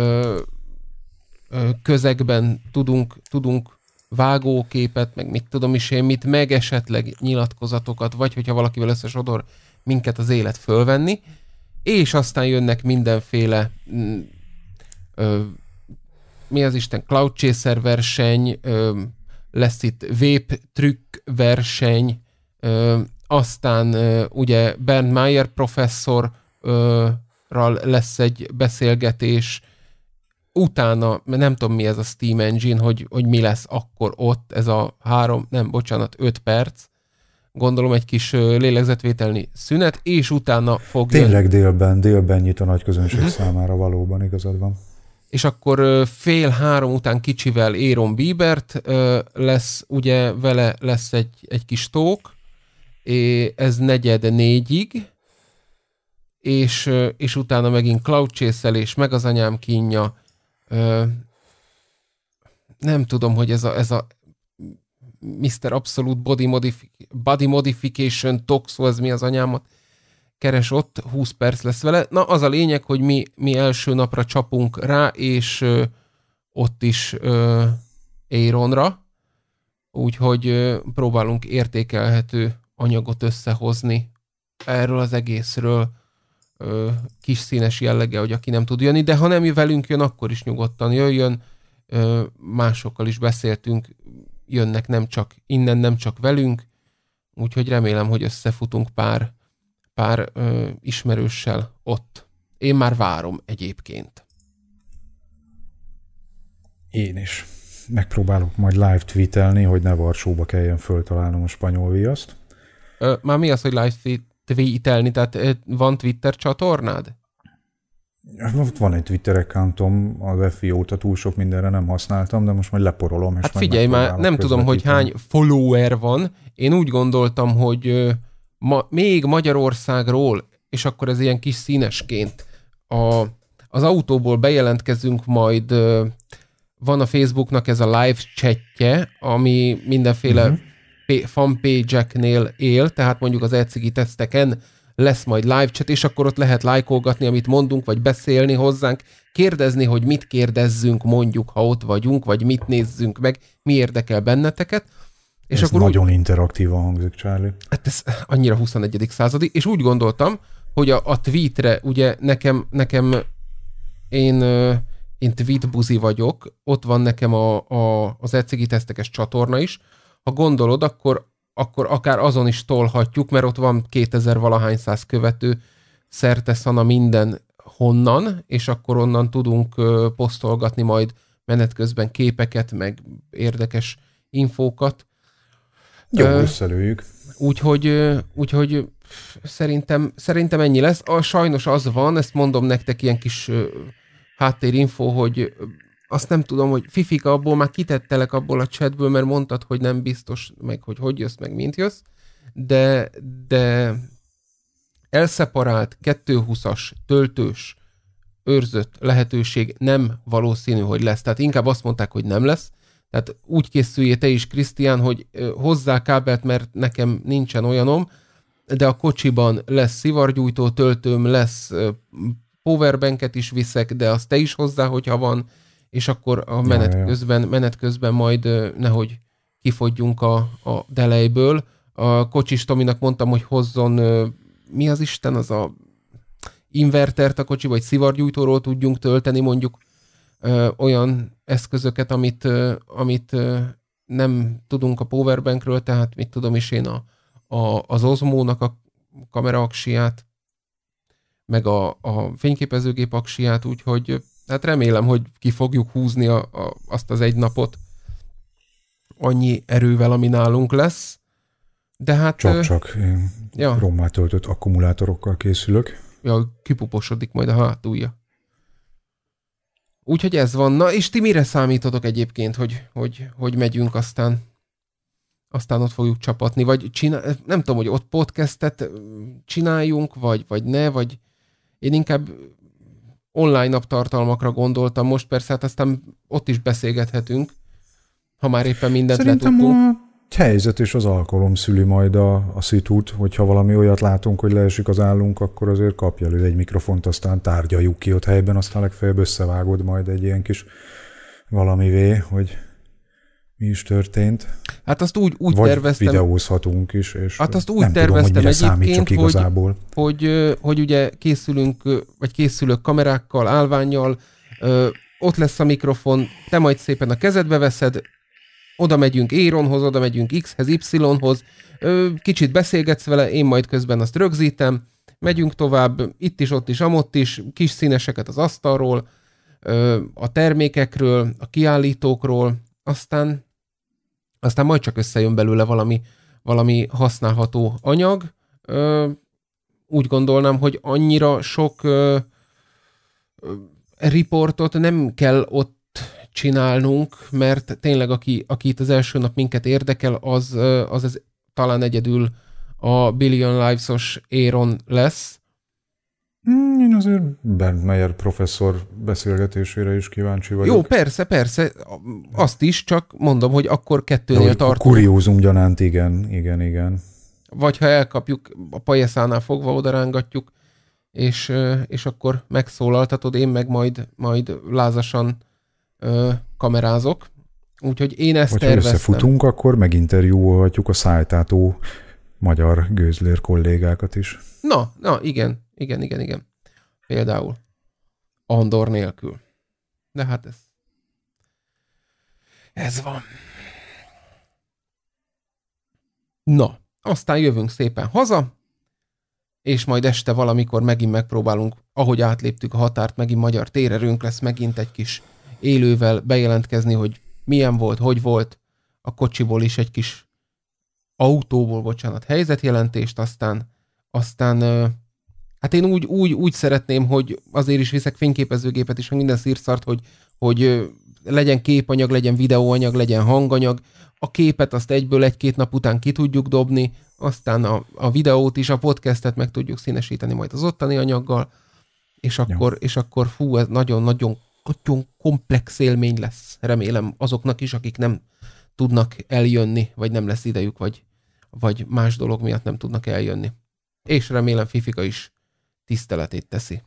ö, közegben tudunk, tudunk vágóképet, meg mit tudom is én mit, meg esetleg nyilatkozatokat, vagy hogyha valakivel összesodor minket az élet fölvenni, és aztán jönnek mindenféle mm, ö, mi az Isten, Cloud Chaser verseny, ö, lesz itt Vape trükk verseny, ö, aztán ö, ugye Bernd Meyer professzorral lesz egy beszélgetés, utána, nem tudom mi ez a Steam Engine, hogy, hogy mi lesz akkor ott, ez a három, nem, bocsánat, öt perc, gondolom egy kis lélegzetvételni szünet, és utána fog Tényleg jönni. délben, délben nyit a nagy közönség uh-huh. számára valóban, igazad van. És akkor fél három után kicsivel Aaron Biebert lesz, ugye vele lesz egy, egy kis tók, ez negyed négyig, és, és utána megint Cloud Chase-elés, meg az anyám kínja. Nem tudom, hogy ez a, ez a miszter Absolute Body, Modifi- Body Modification Toxo, ez mi az anyámat keres ott, húsz perc lesz vele. Na, az a lényeg, hogy mi, mi első napra csapunk rá, és ö, ott is ö, Aaronra, úgyhogy ö, próbálunk értékelhető anyagot összehozni erről az egészről, ö, kis színes jellege, hogy aki nem tud jönni, de ha nem velünk jön, akkor is nyugodtan jöjjön, ö, másokkal is beszéltünk, jönnek nem csak innen, nem csak velünk, úgyhogy remélem, hogy összefutunk pár, pár ö, ismerőssel ott. Én már várom egyébként. Én is. Megpróbálok majd live tweetelni, hogy ne Varsóba kelljen föltalálnom a spanyol viaszt. Ö, már mi az, hogy live tweetelni? Tehát ö, van Twitter csatornád? Van egy Twitter accountom, az ef i óta túl sok mindenre nem használtam, de most majd leporolom. És hát figyelj már, nem tudom, hogy hány follower van. Én úgy gondoltam, hogy ö, ma, még Magyarországról, és akkor ez ilyen kis színesként, a, az autóból bejelentkezünk majd, ö, van a Facebooknak ez a live chatje, ami mindenféle uh-huh. fanpage-eknél él, tehát mondjuk az e-cigi teszteken lesz majd live chat, és akkor ott lehet lájkolgatni, amit mondunk, vagy beszélni hozzánk, kérdezni, hogy mit kérdezzünk mondjuk, ha ott vagyunk, vagy mit nézzünk meg, mi érdekel benneteket. És ez akkor nagyon úgy, interaktívan hangzik, Charlie. Hát ez annyira huszonegyedik századi, és úgy gondoltam, hogy a, a tweetre, ugye nekem, nekem én, én tweet buzi vagyok, ott van nekem a, a, az ecigi tesztekes csatorna is. Ha gondolod, akkor, akkor akár azon is tolhatjuk, mert ott van kétezer valahány száz követő, szerte szana minden honnan, és akkor onnan tudunk posztolgatni majd menet közben képeket, meg érdekes infókat. Jó, összelőjük. Úgyhogy, úgyhogy szerintem, szerintem ennyi lesz. A, sajnos az van, ezt mondom nektek ilyen kis háttérinfo, hogy azt nem tudom, hogy Fifika, abból már kitettelek abból a chatből, mert mondtad, hogy nem biztos, meg hogy hogy jössz, meg mint jössz, de, de elszeparált kétszázhúszas töltős őrzött lehetőség nem valószínű, hogy lesz. Tehát inkább azt mondták, hogy nem lesz. Tehát úgy készüljél te is, Krisztián, hogy hozzá kábelt, mert nekem nincsen olyanom, de a kocsiban lesz szivargyújtó töltőm, lesz powerbanket is viszek, de azt te is hozzá, hogyha van, és akkor a menet, ja, ja. Közben, menet közben majd nehogy kifogyjunk a, a delejből. A kocsis Tominak mondtam, hogy hozzon, mi az Isten, az a invertert a kocsi, vagy szivargyújtóról tudjunk tölteni mondjuk ö, olyan eszközöket, amit, ö, amit ö, nem tudunk a powerbankről, tehát mit tudom is én a, a, az Osmo-nak a kamera aksiát, meg a, a fényképezőgép aksiát, úgyhogy hát remélem, hogy ki fogjuk húzni a, a, azt az egy napot annyi erővel, ami nálunk lesz. De hát... Csak-csak. Én ja. rommá töltött akkumulátorokkal készülök. Ja, kipuposodik majd a hátulja. Úgyhogy ez van. Na, és ti mire számítotok egyébként, hogy, hogy, hogy megyünk, aztán aztán ott fogjuk csapatni, vagy csinál, nem tudom, hogy ott podcastet csináljunk, vagy, vagy ne, vagy én inkább online tartalmakra gondoltam most, persze, hát aztán ott is beszélgethetünk, ha már éppen mindent Szerintem letudtunk. a helyzet és az alkalom szüli majd a, a szitút, hogyha valami olyat látunk, hogy leesik az állunk, akkor azért kapj elő egy mikrofont, aztán tárgyaljuk ki ott helyben, aztán legfeljebb összevágod majd egy ilyen kis valamivé, hogy mi is történt. Hát azt úgy, úgy vagy terveztem. Vagy videózhatunk is, és hát azt úgy nem terveztem tudom, hogy mire számít csak hogy, igazából. Hogy, hogy, hogy ugye készülünk, vagy készülök kamerákkal, állvánnyal, ott lesz a mikrofon, te majd szépen a kezedbe veszed, oda megyünk Éronhoz, oda megyünk X-hez, Y-hoz, kicsit beszélgetsz vele, én majd közben azt rögzítem, megyünk tovább, itt is, ott is, amott is, kis színeseket az asztalról, a termékekről, a kiállítókról, aztán, aztán majd csak összejön belőle valami, valami használható anyag. Úgy gondolnám, hogy annyira sok riportot nem kell ott csinálnunk, mert tényleg aki, aki itt az első nap minket érdekel, az, az, az talán egyedül a Billion Lives-os Éron lesz. Én azért Bernd Meyer professzor beszélgetésére is kíváncsi vagyok. Jó, persze, persze, azt is, csak mondom, hogy akkor kettőnél hogy tartunk. Kuriózum gyanánt, igen, igen, igen. Vagy ha elkapjuk, a pajeszánál fogva odarángatjuk, és, és akkor megszólaltatod, én meg majd, majd lázasan ö, kamerázok. Úgyhogy én ezt Vagy terveztem. ha összefutunk, akkor meginterjúolhatjuk a szájtátó magyar gőzlér kollégákat is. Na, na, igen, igen, igen, igen. Például Andor nélkül. De hát ez ez van. Na, aztán jövünk szépen haza, és majd este valamikor megint megpróbálunk, ahogy átléptük a határt, megint magyar térerőnk lesz, megint egy kis élővel bejelentkezni, hogy milyen volt, hogy volt, a kocsiból is egy kis autóból, bocsánat, helyzetjelentést, aztán, aztán hát én úgy, úgy, úgy szeretném, hogy azért is viszek fényképezőgépet is, meg minden szírszart, hogy, hogy legyen képanyag, legyen videóanyag, legyen hanganyag, a képet azt egyből egy-két nap után ki tudjuk dobni, aztán a, a videót is, a podcastet meg tudjuk színesíteni majd az ottani anyaggal, és akkor, és akkor fú, ez nagyon-nagyon nagyon komplex élmény lesz. Remélem azoknak is, akik nem tudnak eljönni, vagy nem lesz idejük, vagy, vagy más dolog miatt nem tudnak eljönni. És remélem Fifika is tiszteletét teszi.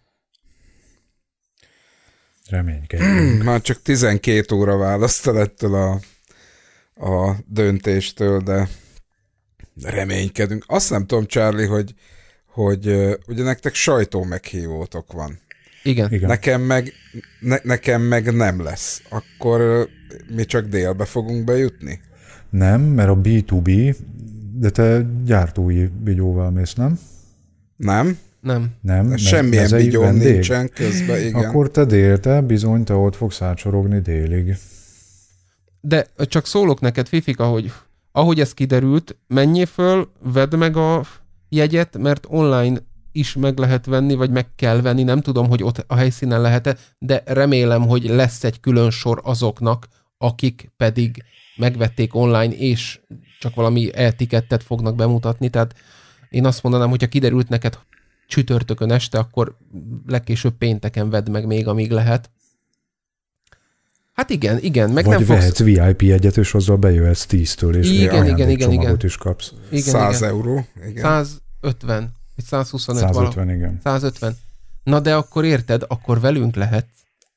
Reménykedjünk. Már csak tizenkét óra választal ettől a, a döntéstől, de reménykedünk. Azt nem tudom, Charlie, hogy, hogy ugye nektek sajtó meghívótok van. Igen. Igen. Nekem meg, ne, nekem meg nem lesz. Akkor mi csak délbe fogunk bejutni? Nem, mert a bé kettő bé, de te gyártói bigyóval mész, nem? Nem? Nem. Nem. me- Semmilyen mezei bigyóm vendég? nincsen közben, igen. Akkor te délte, bizony, te ott fogsz átsorogni délig. De csak szólok neked, Fifika, hogy ahogy ez kiderült, menjél föl, vedd meg a jegyet, mert online is meg lehet venni, vagy meg kell venni, nem tudom, hogy ott a helyszínen lehet-e, de remélem, hogy lesz egy külön sor azoknak, akik pedig megvették online, és csak valami etikettet fognak bemutatni, tehát én azt mondanám, hogyha kiderült neked csütörtökön este, akkor legkésőbb pénteken vedd meg még, amíg lehet. Hát igen, igen, meg Vagy nem vehetsz fogsz... vé i pé jegyet, és azzal bejöhetsz tíztől, és Igen, még igen, igen, ajándékcsomagot igen. is kapsz. Igen, száz igen. euró. Igen. százötven, vagy százhuszonöt százötven, valahogy. igen. százötven. Na de akkor érted, akkor velünk lehet.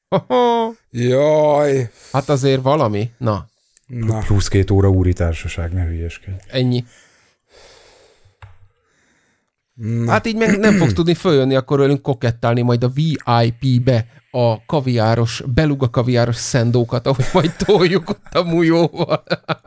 Jaj! Hát azért valami. Na, Na, Plusz két óra úri társaság, ne hülyeskedj. ennyi. na. Hát így meg nem fogsz tudni följönni, akkor velünk kokettálni majd a vé i pé-be a kaviáros, beluga kaviáros szendókat, ahogy majd toljuk ott a mújóval.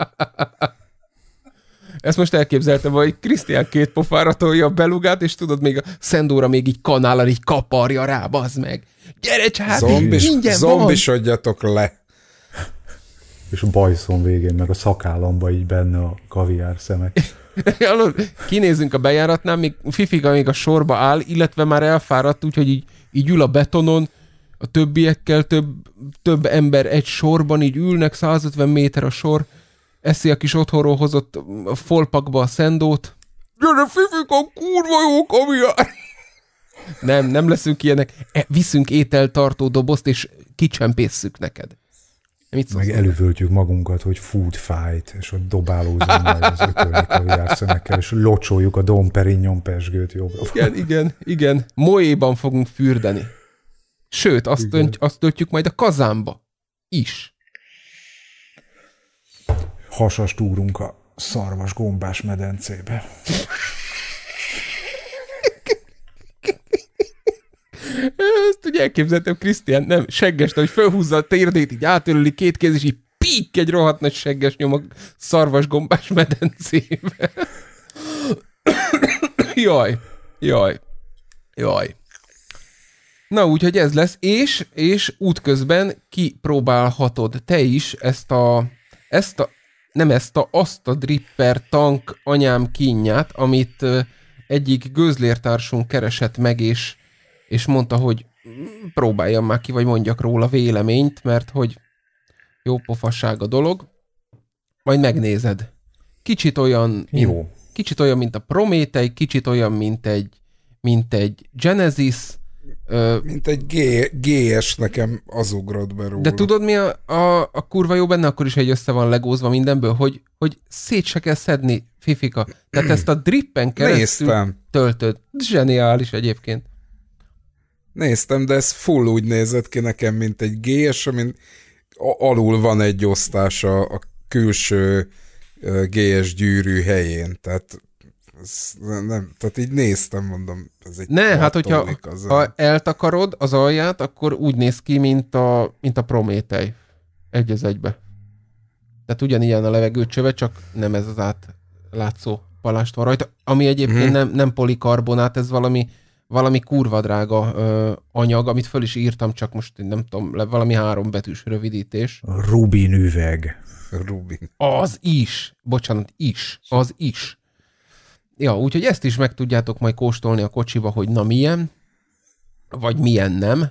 Ezt most elképzeltem, hogy Krisztián két pofára tolja a belugát, és tudod, még a szendóra még így kanállal így kaparja rá, bazd meg. Gyere, Csábi, Zombis, ingyen van. zombisodjatok le. És a bajszom végén, meg a szakállamba így benne a kaviár szemek. Kinézünk a bejáratnál, még Fifika még a sorba áll, illetve már elfáradt, úgyhogy így, így ül a betonon, a többiekkel több, több ember egy sorban, így ülnek, százötven méter a sor, eszi a kis otthonról hozott folpakba a szendót. Gyere, Fifika, kurva jó kaviár! Nem, nem leszünk ilyenek. E, viszünk ételtartó dobozt, és kicsempésszük neked. Mit szólsz? Meg elővöltjük magunkat, hogy food fight, és ott dobálózunk majd az ökölni kaviár szemekkel, és locsoljuk a Dom Perignon pesgőt jobbra. Igen, igen, igen. Moéban fogunk fürdeni. Sőt, azt, önt, azt öntjük majd a kazánba is. Hasast úrunk a szarvas gombás medencébe. Ezt ugye elképzeltem, Krisztián, nem, segges, hogy felhúzza a térdét, így átöleli két kéz, és így pík, egy rohadt nagy segges nyom a szarvas gombás medencébe. Jaj, jaj, jaj. Na, úgyhogy ez lesz, és, és útközben kipróbálhatod te is ezt a, ezt a, nem ezt a, azt a dripper tank anyám kínját, amit egyik gőzlértársunk keresett meg, és, és mondta, hogy próbáljam már ki, vagy mondjak róla véleményt, mert hogy jó pofasság a dolog. Majd megnézed. Kicsit olyan, Jó. Mint, kicsit olyan, mint a Prométhei, kicsit olyan, mint egy, mint egy Genesis. Ö, Mint egy G- gé es nekem az ugrott be róla. de tudod, mi a, a, a kurva jó benne? Akkor is egy össze van legózva mindenből, hogy, hogy szét se kell szedni, Fifika. Tehát ezt a drippen keresztül Néztem. töltöd. Zseniális egyébként. Néztem, de ez full úgy nézett ki nekem, mint egy gé es, amin a- alul van egy osztás a, a külső ö, gé es gyűrű helyén. Tehát, ez nem, tehát így néztem, mondom, ez egy Ne, hát hogyha plattonik az ha a- eltakarod az alját, akkor úgy néz ki, mint a, mint a Prométhei. Egy az egybe. Tehát ugyanilyen a levegőcsöve, csak nem ez az átlátszó palást van rajta, ami egyébként Mhm. nem, nem polikarbonát, ez valami, valami kurva drága ö, anyag, amit föl is írtam, csak most nem tudom, le, valami három betűs rövidítés. Rubin üveg. Rubin. Az is, bocsánat, is, az is. Ja, úgyhogy ezt is meg tudjátok majd kóstolni a kocsiba, hogy na milyen, vagy milyen nem.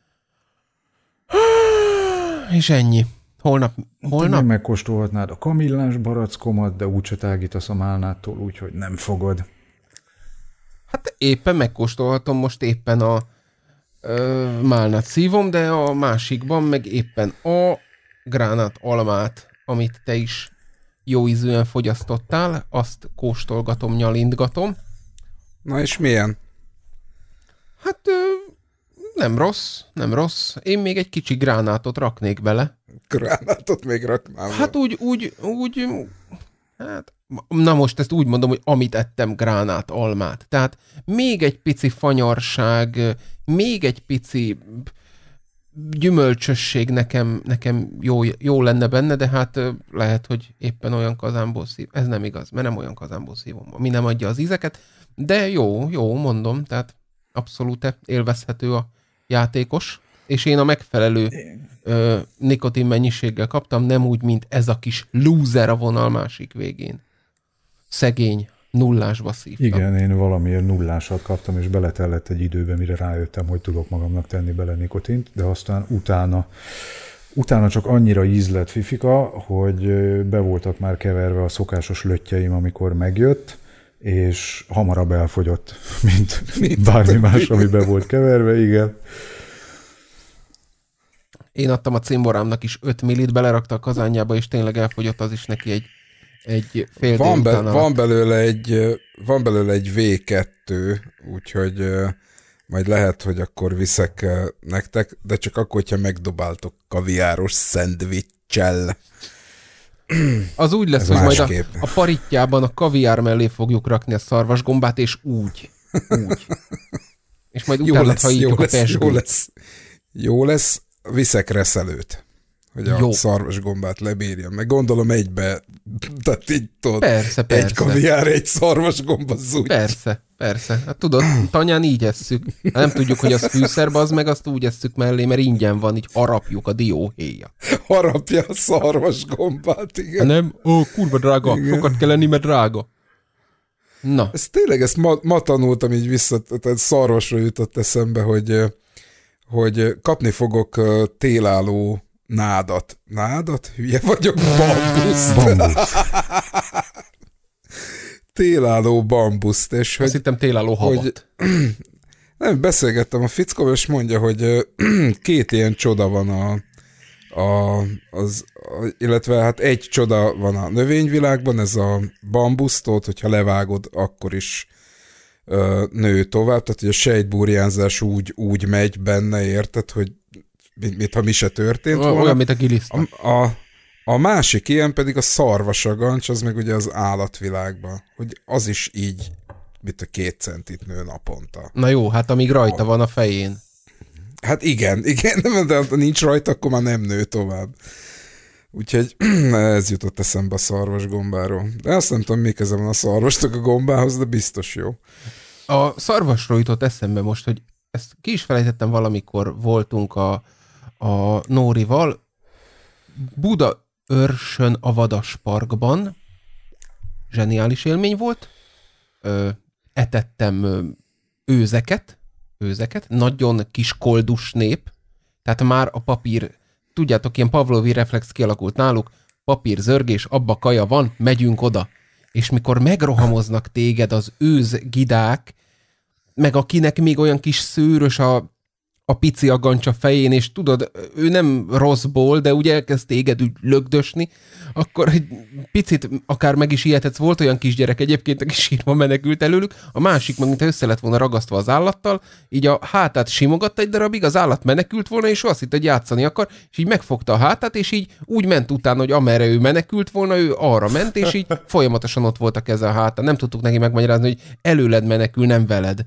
És ennyi. Holnap, Holnap? holnap? Megkóstolhatnád a kamillás barackomat, de úgyse tágítasz a málnától, úgyhogy nem fogod. Hát éppen megkóstolhatom most éppen a ö, málnát szívom, de a másikban meg éppen a gránát almát, amit te is jó ízűen fogyasztottál, azt kóstolgatom, nyalintgatom. Na és milyen? Hát ö, nem rossz, nem rossz. Én még egy kicsi gránátot raknék bele. Gránátot még raknám. Hát úgy, úgy, úgy, hát, na most ezt úgy mondom, hogy amit ettem, gránát, almát. Tehát még egy pici fanyarság, még egy pici gyümölcsösség nekem, nekem jó, jó lenne benne, de hát lehet, hogy éppen olyan kazánból szív. Ez nem igaz, mert nem olyan kazánból szívom, ami nem adja az ízeket, de jó, jó, mondom, tehát abszolút élvezhető a játékos, és én a megfelelő ö, nikotin mennyiséggel kaptam, nem úgy, mint ez a kis loser a vonal másik végén. Szegény, nullásba szívtam. Igen, én valamiért nullásat kaptam, és beletellett egy időbe, mire rájöttem, hogy tudok magamnak tenni bele nikotint, de aztán utána, utána csak annyira íz lett fifika, hogy be voltak már keverve a szokásos löttyeim, amikor megjött, és hamarabb elfogyott, mint, mint bármi más, ami be volt keverve, igen. Én adtam a cimborámnak is öt millit, belerakta a kazánjába, és tényleg elfogyott az is neki egy, egy fél van, be, délután van, belőle egy, van belőle egy vé kettő, úgyhogy uh, majd lehet, hogy akkor viszek uh, nektek, de csak akkor, hogyha megdobáltok kaviáros szendviccsel. Az úgy lesz, Ez hogy majd a, másképp. a parittyában a kaviár mellé fogjuk rakni a szarvasgombát, és úgy. Úgy. És majd Jó utána lesz, jó hajítjuk a lesz, jó pezsgőt. lesz. Jó lesz, viszek reszelőt, hogy a Jó. szarvasgombát lebírjam. Meg gondolom egybe, tehát így tudod, Persze, egy persze. kaviár, egy szarvasgomba zúgy. Persze, persze. Hát tudod, tanyán így esszük. Hát nem tudjuk, hogy az fűszerbe, az meg azt úgy esszük mellé, mert ingyen van, így harapjuk a dióhéja. Harapja a szarvasgombát, igen. Hát nem? Ó, kurva drága. Igen. Sokat kell lenni, mert drága. Na, Ez tényleg, ezt ma, ma tanultam így vissza, tehát szarvasra jutott eszembe, hogy, hogy kapni fogok télálló nádat. Nádat? Hülye vagyok, bambuszt. Bambusz. Télálló bambuszt, és azt hogy, hittem télálló havat. hogy nem, beszélgettem a fickóval, és mondja, hogy két ilyen csoda van a, a, az, a, illetve hát egy csoda van a növényvilágban, ez a bambusztót, hogyha levágod, akkor is ö, nő tovább, tehát hogy a sejtburjánzás úgy, úgy megy benne, érted, hogy mint, mint ha mi se történt volna. Olyan, mint a giliszta. A, a, a másik ilyen pedig a szarvasagancs, az meg ugye az állatvilágban, hogy az is így, mint a két centit nő naponta. Na jó, hát amíg rajta van a fején. Hát igen, igen, de ha nincs rajta, akkor már nem nő tovább. Úgyhogy ez jutott eszembe a szarvas gombáról. De azt nem tudom, mi köze van a szarvastok a gombához, de biztos jó. A szarvasról jutott eszembe most, hogy ezt ki is felejtettem valamikor voltunk a, a Nórival. Budaörsön a Vadasparkban. Zseniális élmény volt. Ö, etettem ö, őzeket, őzeket, nagyon kis koldus nép, tehát már a papír, tudjátok, ilyen pavlovi reflex kialakult náluk, papír zörgés, abba kaja van, megyünk oda. És mikor megrohamoznak téged az őzgidák, meg akinek még olyan kis szőrös a, a pici agancs a fején, és tudod, ő nem rosszból, de ugye elkezd téged úgy lögdösni, akkor egy picit akár meg is ijedhetsz. Volt olyan kisgyerek egyébként, aki sírva menekült előlük, a másik meg, mintha össze lett volna ragasztva az állattal, így a hátát simogatta egy darabig, az állat menekült volna, és ő azt hitt, hogy játszani akar, és így megfogta a hátát, és így úgy ment utána, hogy amerre ő menekült volna, ő arra ment, és így folyamatosan ott volt a keze a hátán. Nem tudtuk neki megmagyarázni, hogy előled menekül, nem veled.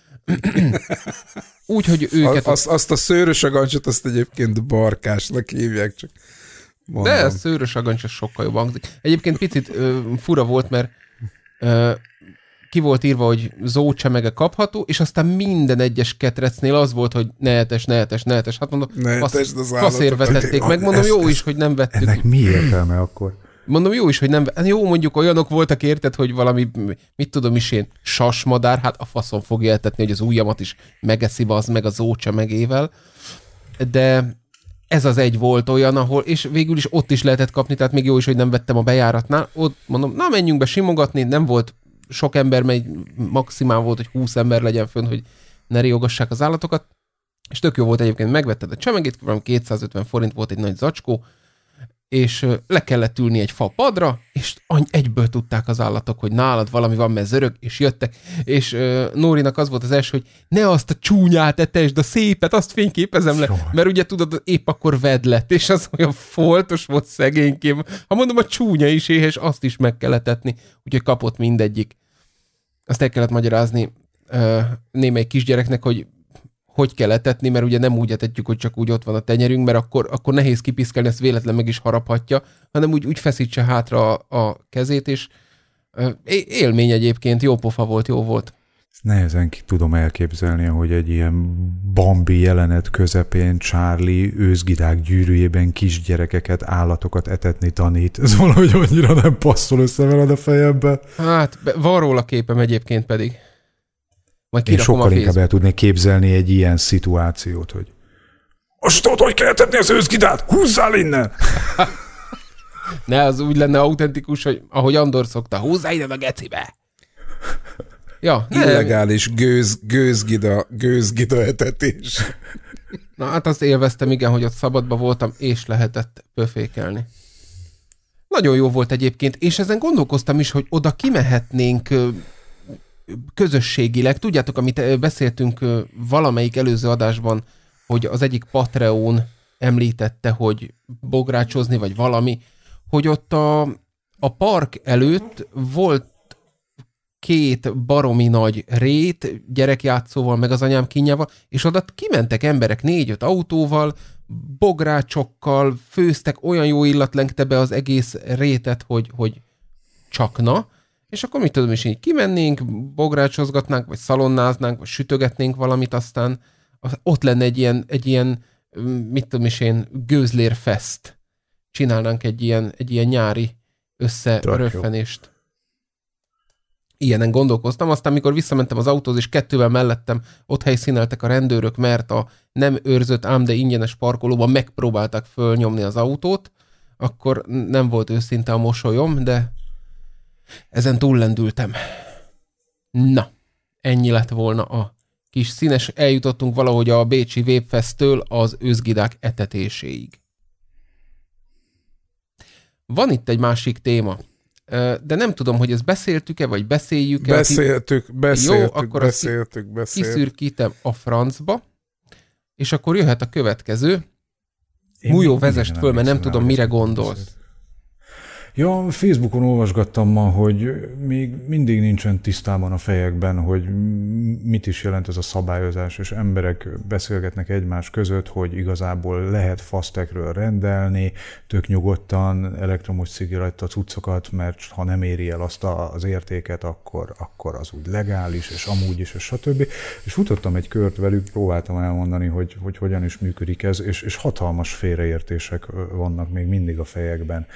Úgy, hogy őket... A, azt, azt a szőrös agancsot, azt egyébként barkásnak hívják, csak mondom. De a szőrös agancs az sokkal jobb hangzik. Egyébként picit ö, fura volt, mert ö, ki volt írva, hogy zócsemege kapható, és aztán minden egyes ketrecnél az volt, hogy nehetes, nehetes, nehetes. Hát mondom, fasz, faszért vetették meg. Mondom, jó is, hogy nem vettük. Ennek mi értelme akkor? Mondom, jó is, hogy nem... Jó, mondjuk olyanok voltak, érted, hogy valami, mit tudom is én, sasmadár, hát a faszon fogja eltetni, hogy az ujjamat is megeszi az meg a zócsemegével. De ez az egy volt olyan, ahol, és végül is ott is lehetett kapni, tehát még jó is, hogy nem vettem a bejáratnál. Ott mondom, na menjünk be simogatni, nem volt sok ember, megy, maximál volt, hogy húsz ember legyen fönn, hogy ne riogassák az állatokat. És tök jó volt egyébként, megvetted a csemegét, valami kétszázötven forint volt egy nagy zacskó, és le kellett ülni egy fa padra, és egyből tudták az állatok, hogy nálad valami van, mert zörög, és jöttek, és uh, Nórinak az volt az első, hogy ne azt a csúnyát etesd, a szépet, azt fényképezem le, mert ugye tudod, épp akkor ved lett, és az olyan foltos volt szegénykém. Ha mondom, a csúnya is éhes, azt is meg kellett etni, úgyhogy kapott mindegyik. Azt el kellett magyarázni uh, némelyik kisgyereknek, hogy hogy kell etetni, mert ugye nem úgy etetjük, hogy csak úgy ott van a tenyerünk, mert akkor, akkor nehéz kipiszkálni, ezt véletlen meg is haraphatja, hanem úgy, úgy feszítse hátra a, a kezét, és uh, élmény egyébként, jó pofa volt, jó volt. Nehezen ki tudom elképzelni, hogy egy ilyen Bambi jelenet közepén Charlie őzgidák gyűrűjében kisgyerekeket, állatokat etetni tanít. Ez valahogy annyira nem passzol össze veled a fejembe. Hát, van róla képem egyébként pedig. Majd én sokkal inkább el tudnék képzelni egy ilyen szituációt, hogy most tudod, hogy kell etetni az őzgidát? Húzzál innen! Ne, az úgy lenne autentikus, hogy ahogy Andor szokta, húzzál innen a gecibe! Ja, illegális gőz, gőzgida, gőzgida etetés. Na hát azt élveztem, igen, hogy ott szabadba voltam, és lehetett pöfékelni. Nagyon jó volt egyébként, és ezen gondolkoztam is, hogy oda kimehetnénk közösségileg. Tudjátok, amit beszéltünk valamelyik előző adásban, hogy az egyik Patreon említette, hogy bográcsozni, vagy valami, hogy ott a, a park előtt volt két baromi nagy rét, gyerekjátszóval, meg az anyám kínjával, és oda kimentek emberek négy-öt autóval, bográcsokkal, főztek, olyan jó illat lengte be az egész rétet, hogy, hogy csakna, és akkor mit tudom is, így kimennénk, bográcsozgatnánk, vagy szalonnáznánk, vagy sütögetnénk valamit, aztán ott lenne egy ilyen, egy ilyen mit tudom is én, gőzlérfest. Csinálnánk egy ilyen, egy ilyen nyári összeröffenést. Ilyenen gondolkoztam, aztán mikor visszamentem az autóhoz, és kettővel mellettem ott helyszíneltek a rendőrök, mert a nem őrzött, ám de ingyenes parkolóban megpróbálták fölnyomni az autót, akkor nem volt őszinte a mosolyom, de ezen túllendültem. Na, ennyi lett volna a kis színes, eljutottunk valahogy a bécsi Webfesttől az őzgidák etetéséig. Van itt egy másik téma, de nem tudom, hogy ezt beszéltük-e, vagy beszéljük-e. Beszéltük, beszéltük, Jó, akkor beszéltük, beszéltük. Kiszürkítem a francba, és akkor jöhet a következő. Mújó, vezest föl, mert nem tudom, mire gondolsz. Ja, Facebookon olvasgattam ma, hogy még mindig nincsen tisztában a fejekben, hogy mit is jelent ez a szabályozás, és emberek beszélgetnek egymás között, hogy igazából lehet fasztekről rendelni, tök nyugodtan elektromos cigaretta cuccokat, mert ha nem éri el azt az értéket, akkor, akkor az úgy legális, és amúgy is, és stb. És futottam egy kört velük, próbáltam elmondani, hogy, hogy hogyan is működik ez, és, és hatalmas félreértések vannak még mindig a fejekben.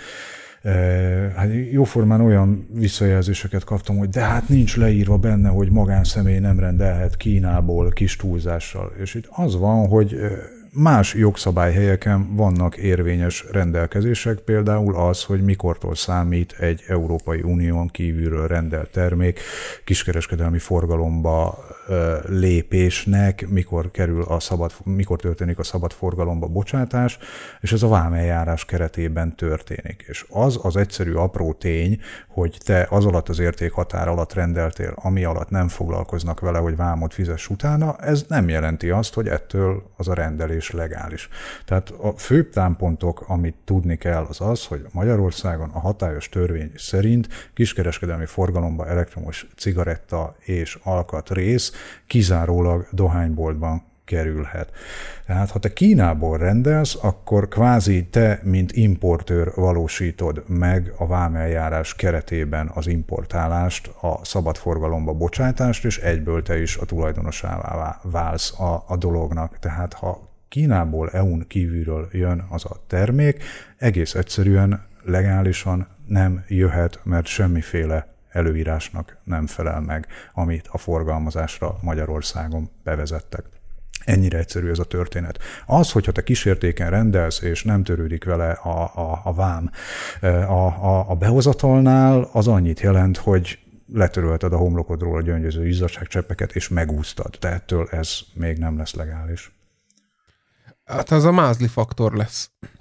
Hát jóformán olyan visszajelzéseket kaptam, hogy de hát nincs leírva benne, hogy magánszemély nem rendelhet Kínából kis túlzással. És itt az van, hogy más jogszabályhelyeken vannak érvényes rendelkezések, például az, hogy mikortól számít egy Európai Unión kívülről rendelt termék kiskereskedelmi forgalomba lépésnek, mikor kerül a szabad, mikor történik a szabad forgalomba bocsátás, és ez a vámeljárás keretében történik. És az az egyszerű apró tény, hogy te az alatt az értékhatár alatt rendeltél, ami alatt nem foglalkoznak vele, hogy vámot fizess utána, ez nem jelenti azt, hogy ettől az a rendelés legális. Tehát a főbb támpontok, amit tudni kell, az az, hogy Magyarországon a hatályos törvény szerint kiskereskedelmi forgalomba elektromos cigaretta és alkatrész kizárólag dohányboltban kerülhet. Tehát ha te Kínából rendelsz, akkor kvázi te, mint importőr valósítod meg a vámeljárás keretében az importálást, a szabad forgalomba bocsátást, és egyből te is a tulajdonosává válsz a, a dolognak. Tehát ha Kínából é u-n kívülről jön az a termék, egész egyszerűen legálisan nem jöhet, mert semmiféle előírásnak nem felel meg, amit a forgalmazásra Magyarországon bevezettek. Ennyire egyszerű ez a történet. Az, hogyha te kísértéken rendelsz, és nem törődik vele a, a, a vám a, a, a behozatalnál, az annyit jelent, hogy letörölted a homlokodról a gyöngyöző izzadságcseppeket, és megúsztad. De ettől ez még nem lesz legális. Hát az a mázli faktor lesz.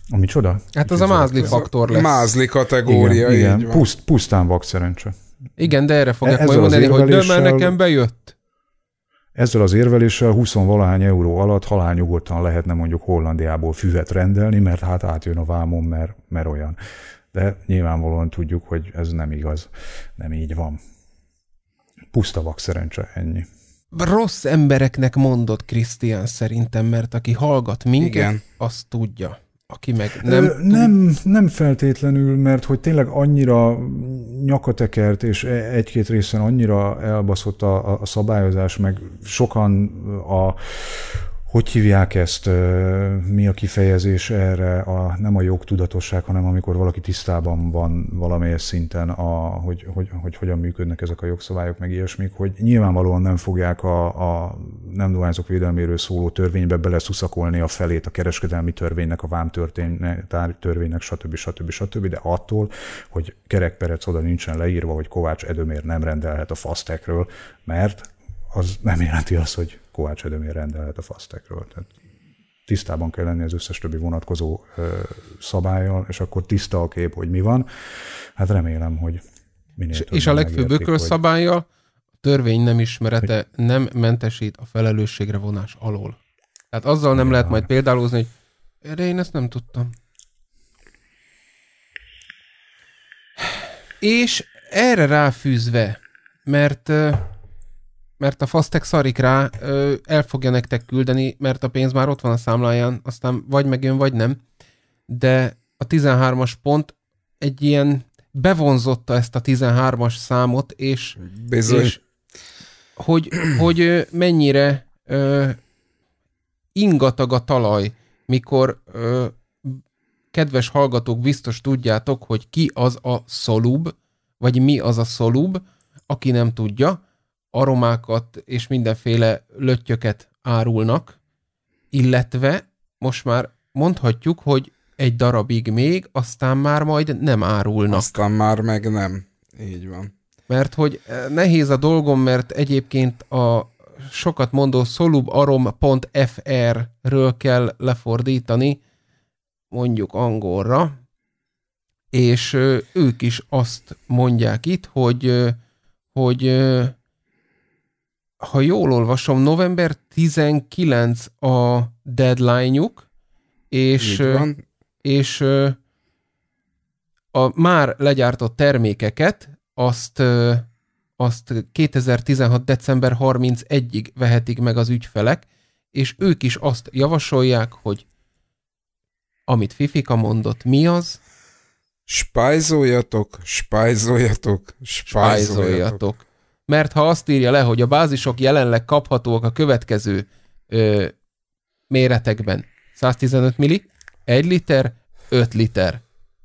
A micsoda? Hát az a mázli faktor lesz. Mázli kategória, igen, így igen. van. Puszt, pusztán vakszerencse. Igen, de erre fogják Ezzel majd az mondani, hogy de érveléssel- már nekem bejött. Ezzel az érveléssel húsz-valahány euró alatt halálnyugodtan lehetne mondjuk Hollandiából füvet rendelni, mert hát átjön a vámon, mert, mert olyan. De nyilvánvalóan tudjuk, hogy ez nem igaz. Nem így van. Puszta vakszerencse, ennyi. Rossz embereknek mondott Krisztián szerintem, mert aki hallgat minket, Igen. azt tudja. Aki meg nem Nem, tud, nem, nem feltétlenül, mert hogy tényleg annyira nyakatekert, és egy-két részen annyira elbaszott a, a szabályozás, meg sokan a, hogy hívják ezt, mi a kifejezés erre, a, nem a jogtudatosság, hanem amikor valaki tisztában van valamilyen szinten, a, hogy, hogy, hogy hogyan működnek ezek a jogszabályok, meg ilyesmik, hogy nyilvánvalóan nem fogják a, a nem dohányzók védelméről szóló törvénybe beleszuszakolni a felét a kereskedelmi törvénynek, a vám törvénynek, stb. stb. stb. De attól, hogy kerekperec oda nincsen leírva, hogy Kovács Edomér nem rendelhet a Fasztekről, mert az nem jelenti azt, hogy Kovács Edomér rendelhet a Fasztekről. Tehát tisztában kell lenni az összes többi vonatkozó ö, szabállyal, és akkor tiszta a kép, hogy mi van. Hát remélem, hogy minél és, és a legfőbb ökölszabálya, a törvény nem ismerete hogy... nem mentesít a felelősségre vonás alól. Tehát azzal nem ja. lehet majd példálózni, hogy erre én ezt nem tudtam. És erre ráfűzve, mert... mert a Fasztek szarik rá, el fogja nektek küldeni, mert a pénz már ott van a számláján, aztán vagy megjön, vagy nem. De a tizenhármas pont egy ilyen bevonzotta ezt a tizenhármas számot, és, és hogy, hogy mennyire ö, ingatag a talaj, mikor ö, kedves hallgatók biztos tudjátok, hogy ki az a szolub, vagy mi az a szolub, aki nem tudja, aromákat és mindenféle löttyöket árulnak, illetve most már mondhatjuk, hogy egy darabig még, aztán már majd nem árulnak. Aztán már meg nem. Így van. Mert hogy nehéz a dolgom, mert egyébként a sokat mondó solubarom pont f r-ről kell lefordítani, mondjuk angolra, és ők is azt mondják itt, hogy, hogy ha jól olvasom, november tizenkilencedike a deadline-juk, és, és a már legyártott termékeket azt, azt kétezer-tizenhat. december harmincegyedikéig vehetik meg az ügyfelek, és ők is azt javasolják, hogy amit Fifika mondott, mi az? Spájzoljatok, spájzoljatok, spájzoljatok. Mert ha azt írja le, hogy a bázisok jelenleg kaphatóak a következő ö, méretekben. száztizenöt milli, egy liter, öt liter.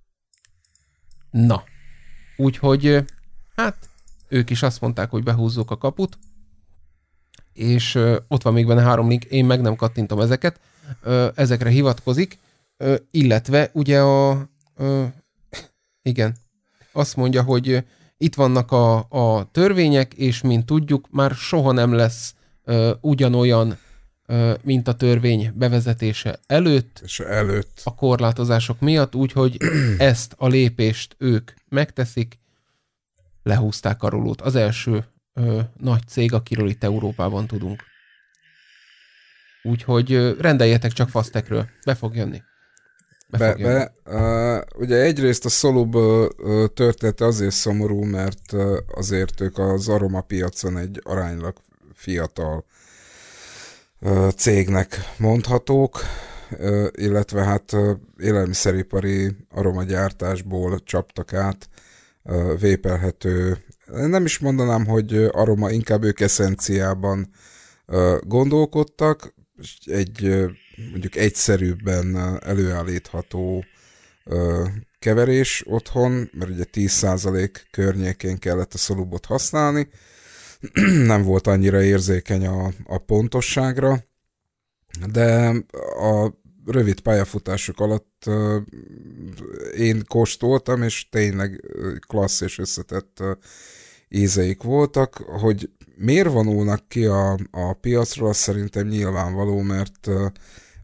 Na. Úgyhogy, hát, ők is azt mondták, hogy behúzzuk a kaput, és ö, ott van még benne három link, én meg nem kattintom ezeket, ö, ezekre hivatkozik, ö, illetve ugye a... Ö, igen, azt mondja, hogy itt vannak a, a törvények, és mint tudjuk, már soha nem lesz ö, ugyanolyan, ö, mint a törvény bevezetése előtt, és előtt a korlátozások miatt, úgyhogy ezt a lépést ők megteszik, lehúzták a rólót. Az első ö, nagy cég, akiről itt Európában tudunk. Úgyhogy ö, rendeljetek csak Fasztekről, be fog jönni. Be, be, uh, ugye egyrészt a Szolub uh, története azért szomorú, mert uh, azért ők az aromapiacon egy aránylag fiatal uh, cégnek mondhatók, uh, illetve hát uh, élelmiszeripari aromagyártásból csaptak át uh, vépelhető, nem is mondanám, hogy aroma, inkább ők eszenciában uh, gondolkodtak, egy mondjuk egyszerűbben előállítható ö, keverés otthon, mert ugye tíz százalék környékén kellett a szolubot használni, nem volt annyira érzékeny a, a pontosságra, de a rövid pályafutásuk alatt ö, én kóstoltam, és tényleg klassz és összetett ö, ízeik voltak, hogy miért vonulnak ki a, a piacról, az szerintem nyilvánvaló, mert uh,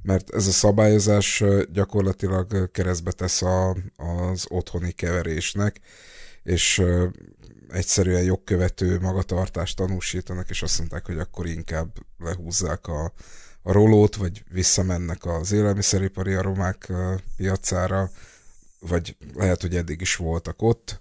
mert ez a szabályozás gyakorlatilag keresztbe tesz a, az otthoni keverésnek, és egyszerűen jogkövető magatartást tanúsítanak, és azt mondták, hogy akkor inkább lehúzzák a, a rolót, vagy visszamennek az élelmiszeripari aromák piacára, vagy lehet, hogy eddig is voltak ott,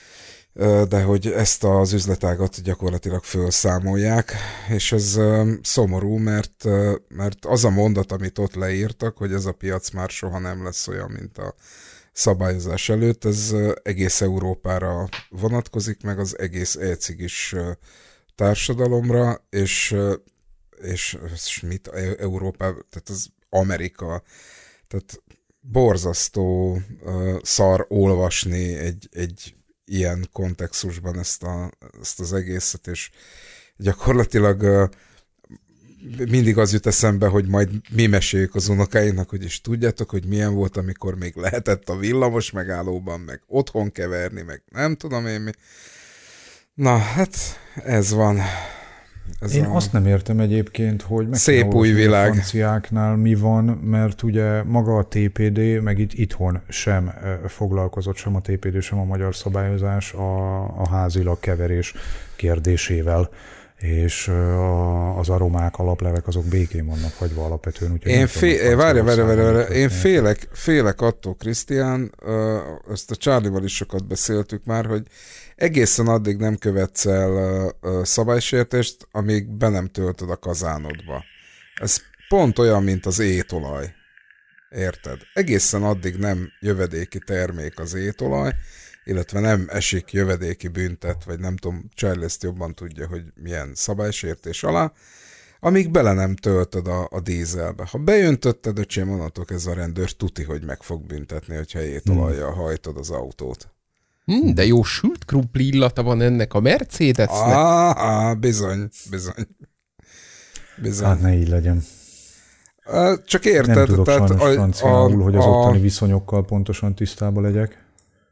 de hogy ezt az üzletágat gyakorlatilag felszámolják, és ez szomorú, mert, mert az a mondat, amit ott leírtak, hogy ez a piac már soha nem lesz olyan, mint a szabályozás előtt, ez egész Európára vonatkozik, meg az egész e-cigis társadalomra, és, és, és mit Európában, tehát az Amerika, tehát borzasztó szar olvasni egy, egy ilyen kontextusban ezt, a, ezt az egészet, és gyakorlatilag mindig az jut eszembe, hogy majd mi meséljük az unokáinknak, hogy is tudjátok, hogy milyen volt, amikor még lehetett a villamos megállóban, meg otthon keverni, meg nem tudom én mi. Na, hát ez van. Ez Én a... azt nem értem egyébként, hogy meg szép új világ. A franciáknál mi van, mert ugye maga a té pé dé, meg itt itthon sem foglalkozott, sem a té pé dé, sem a magyar szabályozás a, a házilag keverés kérdésével, és a, az aromák, alaplevek azok békén vannak hagyva alapvetően. Én, fé- várja, várja, várja, várja. Én félek, félek attól, Krisztián, ezt a Charlie-val is sokat beszéltük már, hogy egészen addig nem követsz el szabálysértést, amíg be nem töltöd a kazánodba. Ez pont olyan, mint az étolaj. Érted? Egészen addig nem jövedéki termék az étolaj, illetve nem esik jövedéki büntet, vagy nem tudom, Charlie ezt jobban tudja, hogy milyen szabálysértés alá, amíg bele nem töltöd a, a dízelbe. Ha beöntötted, öcsém, onnantól ez a rendőr tuti, hogy meg fog büntetni, hogyha étolajjal hajtod az autót. Hmm, de jó sült krumpli illata van ennek a Mercedesnek. Ah, bizony, bizony. bizony. Hát ne így legyen. Csak érted. Nem tudok tehát sajnos a, franciául, a, hogy az a, ottani viszonyokkal pontosan tisztában legyek.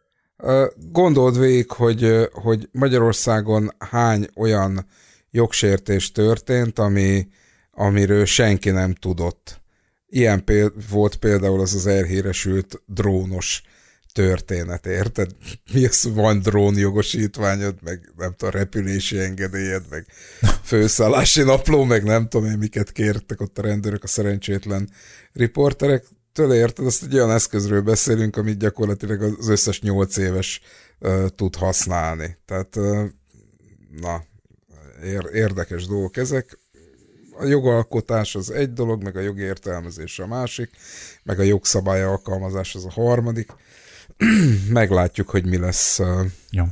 Gondold végig, hogy, hogy Magyarországon hány olyan jogsértés történt, ami, amiről senki nem tudott. Ilyen péld, volt például az az elhíresült drónos történet, érted? Mi az, van drónjogosítványod, meg nem tudom, repülési engedélyed, meg főszállási napló, meg nem tudom én, miket kértek ott a rendőrök, a szerencsétlen riporterek. Tőle érted, azt egy olyan eszközről beszélünk, amit gyakorlatilag az összes nyolc éves uh, tud használni. Tehát, uh, na, ér- érdekes dolgok ezek. A jogalkotás az egy dolog, meg a jogi értelmezés a másik, meg a jogszabály alkalmazás az a harmadik. Meglátjuk, hogy mi lesz. Uh... Ja.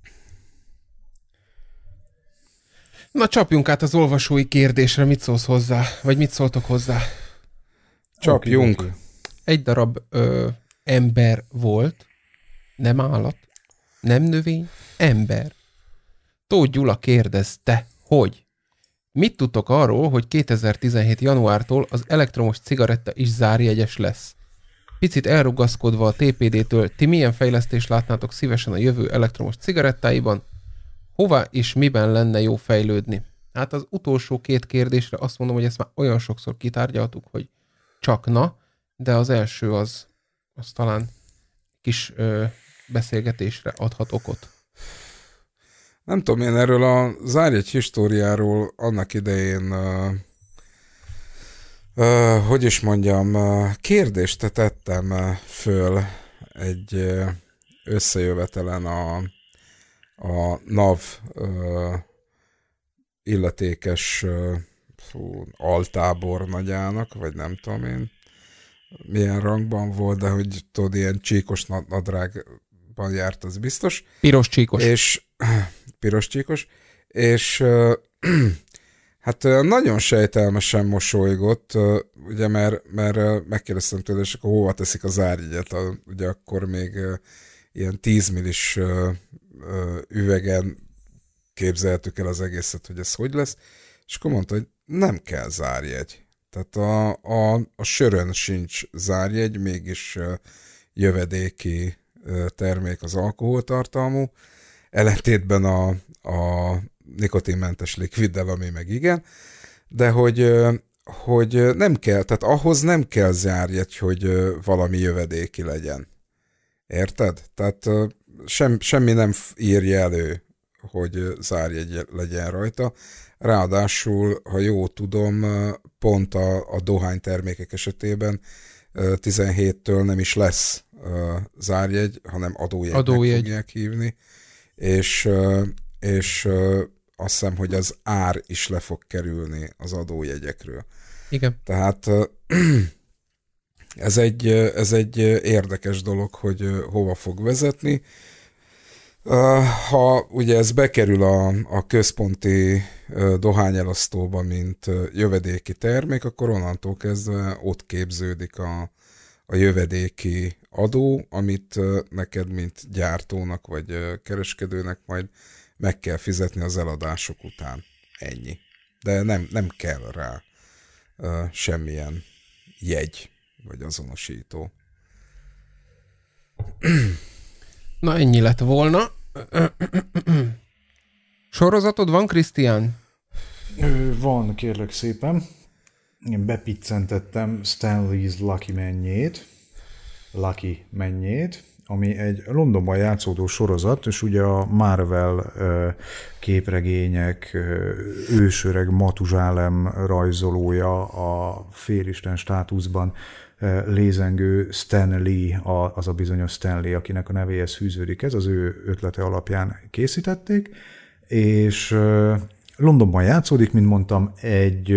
Na, csapjunk át az olvasói kérdésre, mit szólsz hozzá? Vagy mit szóltok hozzá? Csapjunk. Okay, okay. Egy darab ö, ember volt, nem állat, nem növény, ember. Tóth Gyula kérdezte, hogy mit tudtok arról, hogy kétezer-tizenhét januártól az elektromos cigaretta is zárjegyes lesz? Picit elrugaszkodva a té pé dé-től, ti milyen fejlesztést látnátok szívesen a jövő elektromos cigarettáiban? Hova és miben lenne jó fejlődni? Hát az utolsó két kérdésre azt mondom, hogy ezt már olyan sokszor kitárgyaltuk, hogy csak na, de az első az, az talán kis ö, beszélgetésre adhat okot. Nem tudom, én erről a zárjegy históriáról annak idején, uh, uh, hogy is mondjam, uh, kérdést tettem uh, föl egy uh, összejövetelen a, a NAV uh, illetékes uh, fú, altábornagyának, vagy nem tudom én, milyen rangban volt, de hogy tudod, ilyen csíkos nadrágban járt, az biztos. Piros csíkos. És piros csíkos, és hát nagyon sejtelmesen mosolygott, ugye, mert, mert megkérdeztem tőle, és akkor hova teszik az árjegyet, ugye akkor még ilyen tíz millis üvegen képzeltük el az egészet, hogy ez hogy lesz, és akkor mondta, hogy nem kell zárjegy. Tehát a, a, a sörön sincs zárjegy, mégis jövedéki termék az alkoholtartalmú, ellentétben a, a nikotinmentes likviddel, ami meg igen, de hogy hogy nem kell, tehát ahhoz nem kell zárjegy, hogy valami jövedéki legyen. Érted? Tehát sem, semmi nem írja elő, hogy zárjegy legyen rajta. Ráadásul, ha jól tudom, pont a, a dohánytermékek esetében tizenhéttől nem is lesz zárjegy, hanem adójegynek Adójegy. fogják hívni, és, és azt hiszem, hogy az ár is le fog kerülni az adójegyekről. Igen. Tehát ez egy, ez egy érdekes dolog, hogy hova fog vezetni. Ha ugye ez bekerül a, a központi dohányelosztóba, mint jövedéki termék, akkor onnantól kezdve ott képződik a, a jövedéki adó, amit neked, mint gyártónak vagy kereskedőnek majd meg kell fizetni az eladások után. Ennyi. De nem, nem kell rá semmilyen jegy vagy azonosító. Na, ennyi lett volna. Sorozatod van, Krisztián? Van, kérlek szépen. Én bepiccentettem Stanley's Lucky mennyét, Lucky mennyét, ami egy Londonban játszódó sorozat, és ugye a Marvel képregények ősöreg Matuzsálem rajzolója, a félisten státuszban lézengő Stan Lee, az a bizonyos Stan Lee, akinek a nevéhez fűződik ez, az ő ötlete alapján készítették, és Londonban játszódik, mint mondtam, egy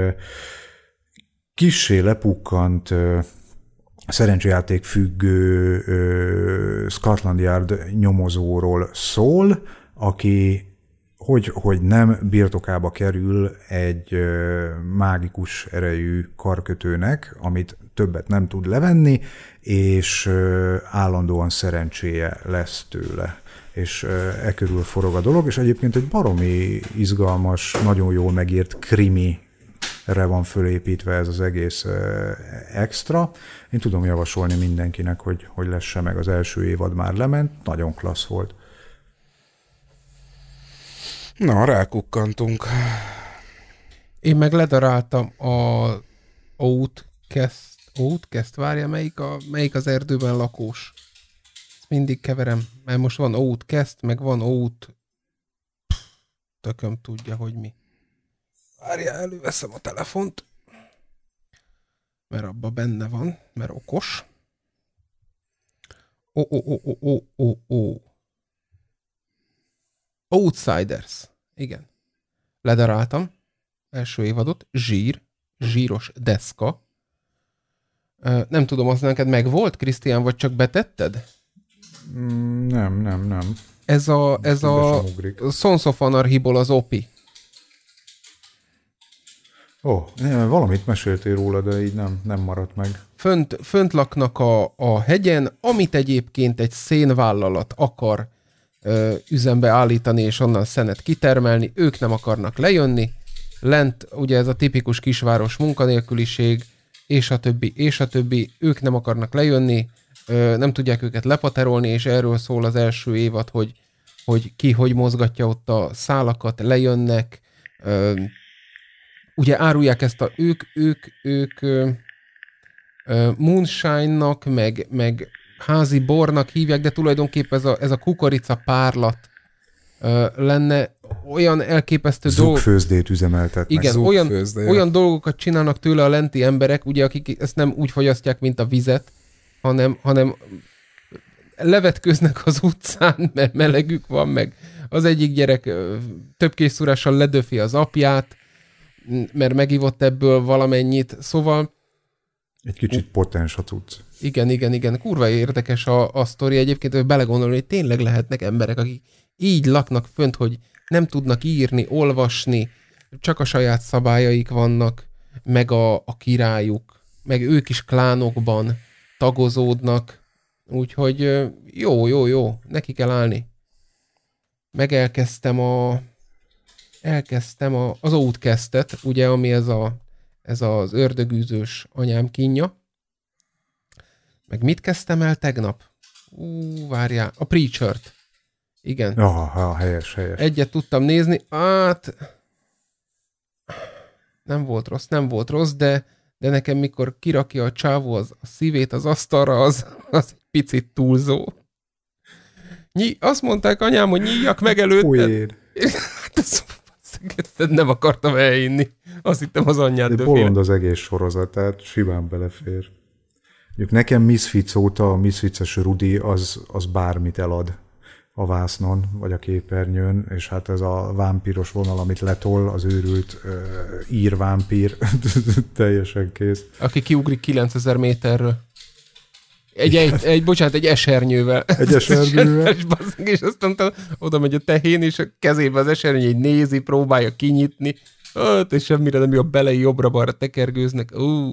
kissé lepukkant szerencsejáték függő Scotland Yard nyomozóról szól, aki hogy, hogy nem birtokába kerül egy mágikus erejű karkötőnek, amit többet nem tud levenni, és állandóan szerencséje lesz tőle. És e körül forog a dolog, és egyébként egy baromi izgalmas, nagyon jól megírt krimi re van fölépítve ez az egész extra. Én tudom javasolni mindenkinek, hogy, hogy lesse meg, az első évad már lement, nagyon klassz volt. Na, rákukkantunk. Én meg ledaráltam a Outcast, Outcast, várja, melyik, a, melyik az erdőben lakós. Ezt mindig keverem, mert most van Outcast, meg van Out... Pff, tököm tudja, hogy mi. Várja, előveszem a telefont, mert abban benne van, mert okos. Ó, ó, ó, ó, ó, ó, ó. Outsiders. Igen. Ledaráltam. Első évadot. Zsír. Zsíros deszka. Nem tudom, azt neked meg volt, Krisztián, vagy csak betetted? Mm, nem, nem, nem. Ez a, ez a Sons of Anarchy-ból az opi. Ó, oh, valamit meséltél róla, de így nem, nem maradt meg. Fönt, fönt laknak a, a hegyen, amit egyébként egy szénvállalat akar ö, üzembe állítani, és onnan szenet kitermelni, ők nem akarnak lejönni. Lent ugye ez a tipikus kisváros munkanélküliség, és a többi, és a többi, ők nem akarnak lejönni, ö, nem tudják őket lepaterolni, és erről szól az első évad, hogy, hogy ki hogy mozgatja ott a szálakat, lejönnek, ö, ugye árulják ezt a ők, ők, ők ö, ö, moonshine-nak, meg, meg házi bornak hívják, de tulajdonképpen ez a, ez a kukorica párlat ö, lenne, olyan elképesztő dolgok. Zugfőzdét üzemeltetnek. Igen, olyan, olyan dolgokat csinálnak tőle a lenti emberek, ugye, akik ezt nem úgy fogyasztják, mint a vizet, hanem, hanem levetköznek az utcán, mert melegük van, meg az egyik gyerek ö, több készszúrással ledöfi az apját, mert megivott ebből valamennyit, szóval... Egy kicsit potens a cucc. Igen, igen, igen. Kurva érdekes a, a sztori egyébként, hogy belegondolni, hogy tényleg lehetnek emberek, akik így laknak fönt, hogy nem tudnak írni, olvasni, csak a saját szabályaik vannak, meg a, a királyuk, meg ők is klánokban tagozódnak, úgyhogy jó, jó, jó, neki kell állni. Meg elkezdtem a... elkezdtem a, az Outcastet, ugye, ami ez, a, ez az ördögűzős anyám kínja. Meg mit kezdtem el tegnap? Ú, várjál, a Preacher-t. Igen. Aha, helyes, helyes. Egyet tudtam nézni, hát nem volt rossz, nem volt rossz, de, de nekem mikor kirakja a csávó az, a szívét az asztalra, az, az egy picit túlzó. Nyi, azt mondták anyám, hogy nyíljak meg előtted. Hát ez, nem akartam elhinni. Azt hittem az anyját döféle. Bolond az egész sorozat, tehát simán belefér. Mondjuk nekem Misfits óta a Misfits-es Rudi az, az bármit elad a vásznon, vagy a képernyőn, és hát ez a vámpíros vonal, amit letol, az őrült uh, ír vámpír, teljesen kész. Aki kiugrik kilencezer méterről. Egy, egy, egy, bocsánat, egy esernyővel. Egy esernyővel. És aztán oda megy a tehén, és a kezébe az esernyő így nézi, próbálja kinyitni. Öt, és semmire nem jó, a belei jobbra-balra tekergőznek. Ú,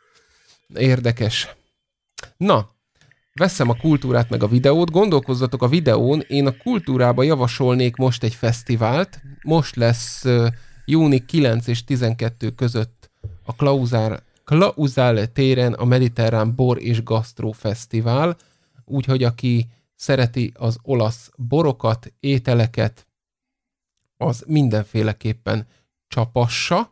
érdekes. Na, veszem a kultúrát meg a videót, gondolkozzatok a videón, én a kultúrába javasolnék most egy fesztivált, most lesz uh, június kilenc és tizenkettő között a Klauzár, Klauzál téren a Mediterrán Bor és Gasztró Fesztivál, úgyhogy aki szereti az olasz borokat, ételeket, az mindenféleképpen csapassa.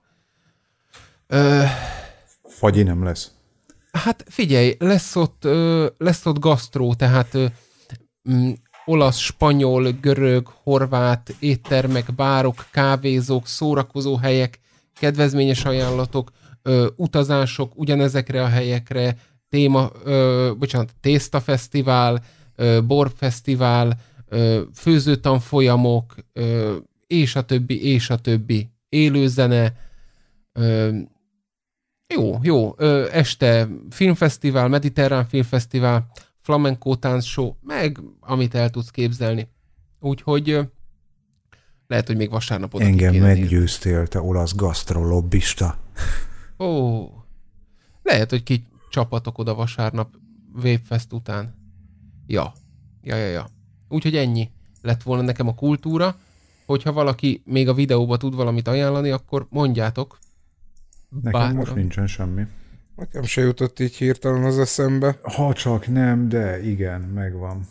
Uh, Fagyi nem lesz. Hát figyelj, lesz ott, ö, lesz ott gasztró, tehát ö, m, olasz, spanyol, görög, horvát éttermek, bárok, kávézók, szórakozó helyek, kedvezményes ajánlatok, ö, utazások ugyanezekre a helyekre, téma, ö, bocsánat, tésztafesztivál, ö, borfesztivál, ö, főzőtanfolyamok, ö, és a többi, és a többi, élőzene, ö, Jó, jó. Ö, este filmfesztivál, mediterrán filmfesztivál, flamenco táncshow, meg amit el tudsz képzelni. Úgyhogy ö, lehet, hogy még vasárnap oda Engem meggyőztél, te olasz gasztrolobbista. Ó, lehet, hogy kicsapatok oda vasárnap Webfest után. Ja, ja, ja, ja. Úgyhogy ennyi lett volna nekem a kultúra. Hogyha valaki még a videóba tud valamit ajánlani, akkor mondjátok. Nekem Bátran. Most nincsen semmi. Nekem se jutott így hirtelen az eszembe. Ha csak nem, de igen, megvan.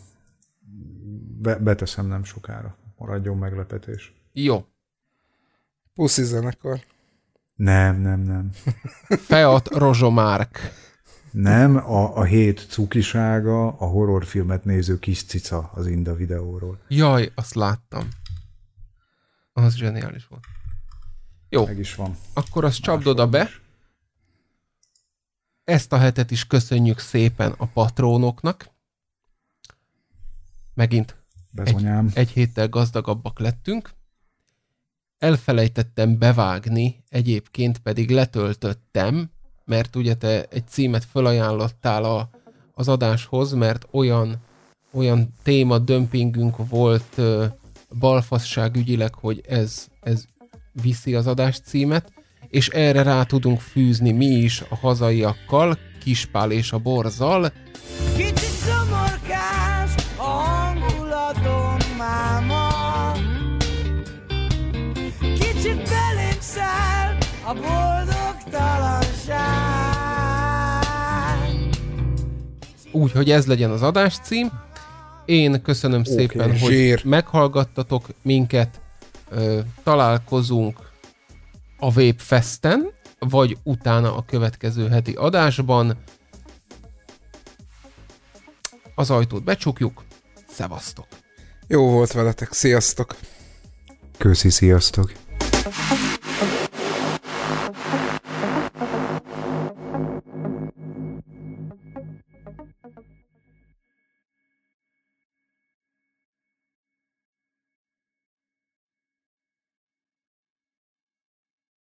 Be- beteszem nem sokára. Maradjon meglepetés. Jó. Puszi zenekar. Nem, nem, nem. Feat Rozsomárk. Nem, a, a hét cukisága, a horrorfilmet néző kis cica az Inda videóról. Jaj, azt láttam. Az zseniális volt. Jó, meg is van. Akkor azt csapd oda be. Ezt a hetet is köszönjük szépen a patrónoknak. Megint egy, egy héttel gazdagabbak lettünk. Elfelejtettem bevágni, egyébként pedig letöltöttem, mert ugye te egy címet felajánlottál a, az adáshoz, mert olyan, olyan téma dömpingünk volt uh, balfasság ügyileg, hogy ez, ez viszi az adás címet, és erre rá tudunk fűzni mi is a hazaiakkal, Kispál és a Borzal. Kicsit szomorkás a hangulatom máma, kicsit belém száll a boldogtalanság. Úgy, hogy ez legyen az adás cím. Én köszönöm okay, szépen, zsír. hogy meghallgattatok minket. Ö, találkozunk a Webfesten, vagy utána a következő heti adásban. Az ajtót becsukjuk. Szevasztok! Jó volt veletek, sziasztok! Köszi, sziasztok!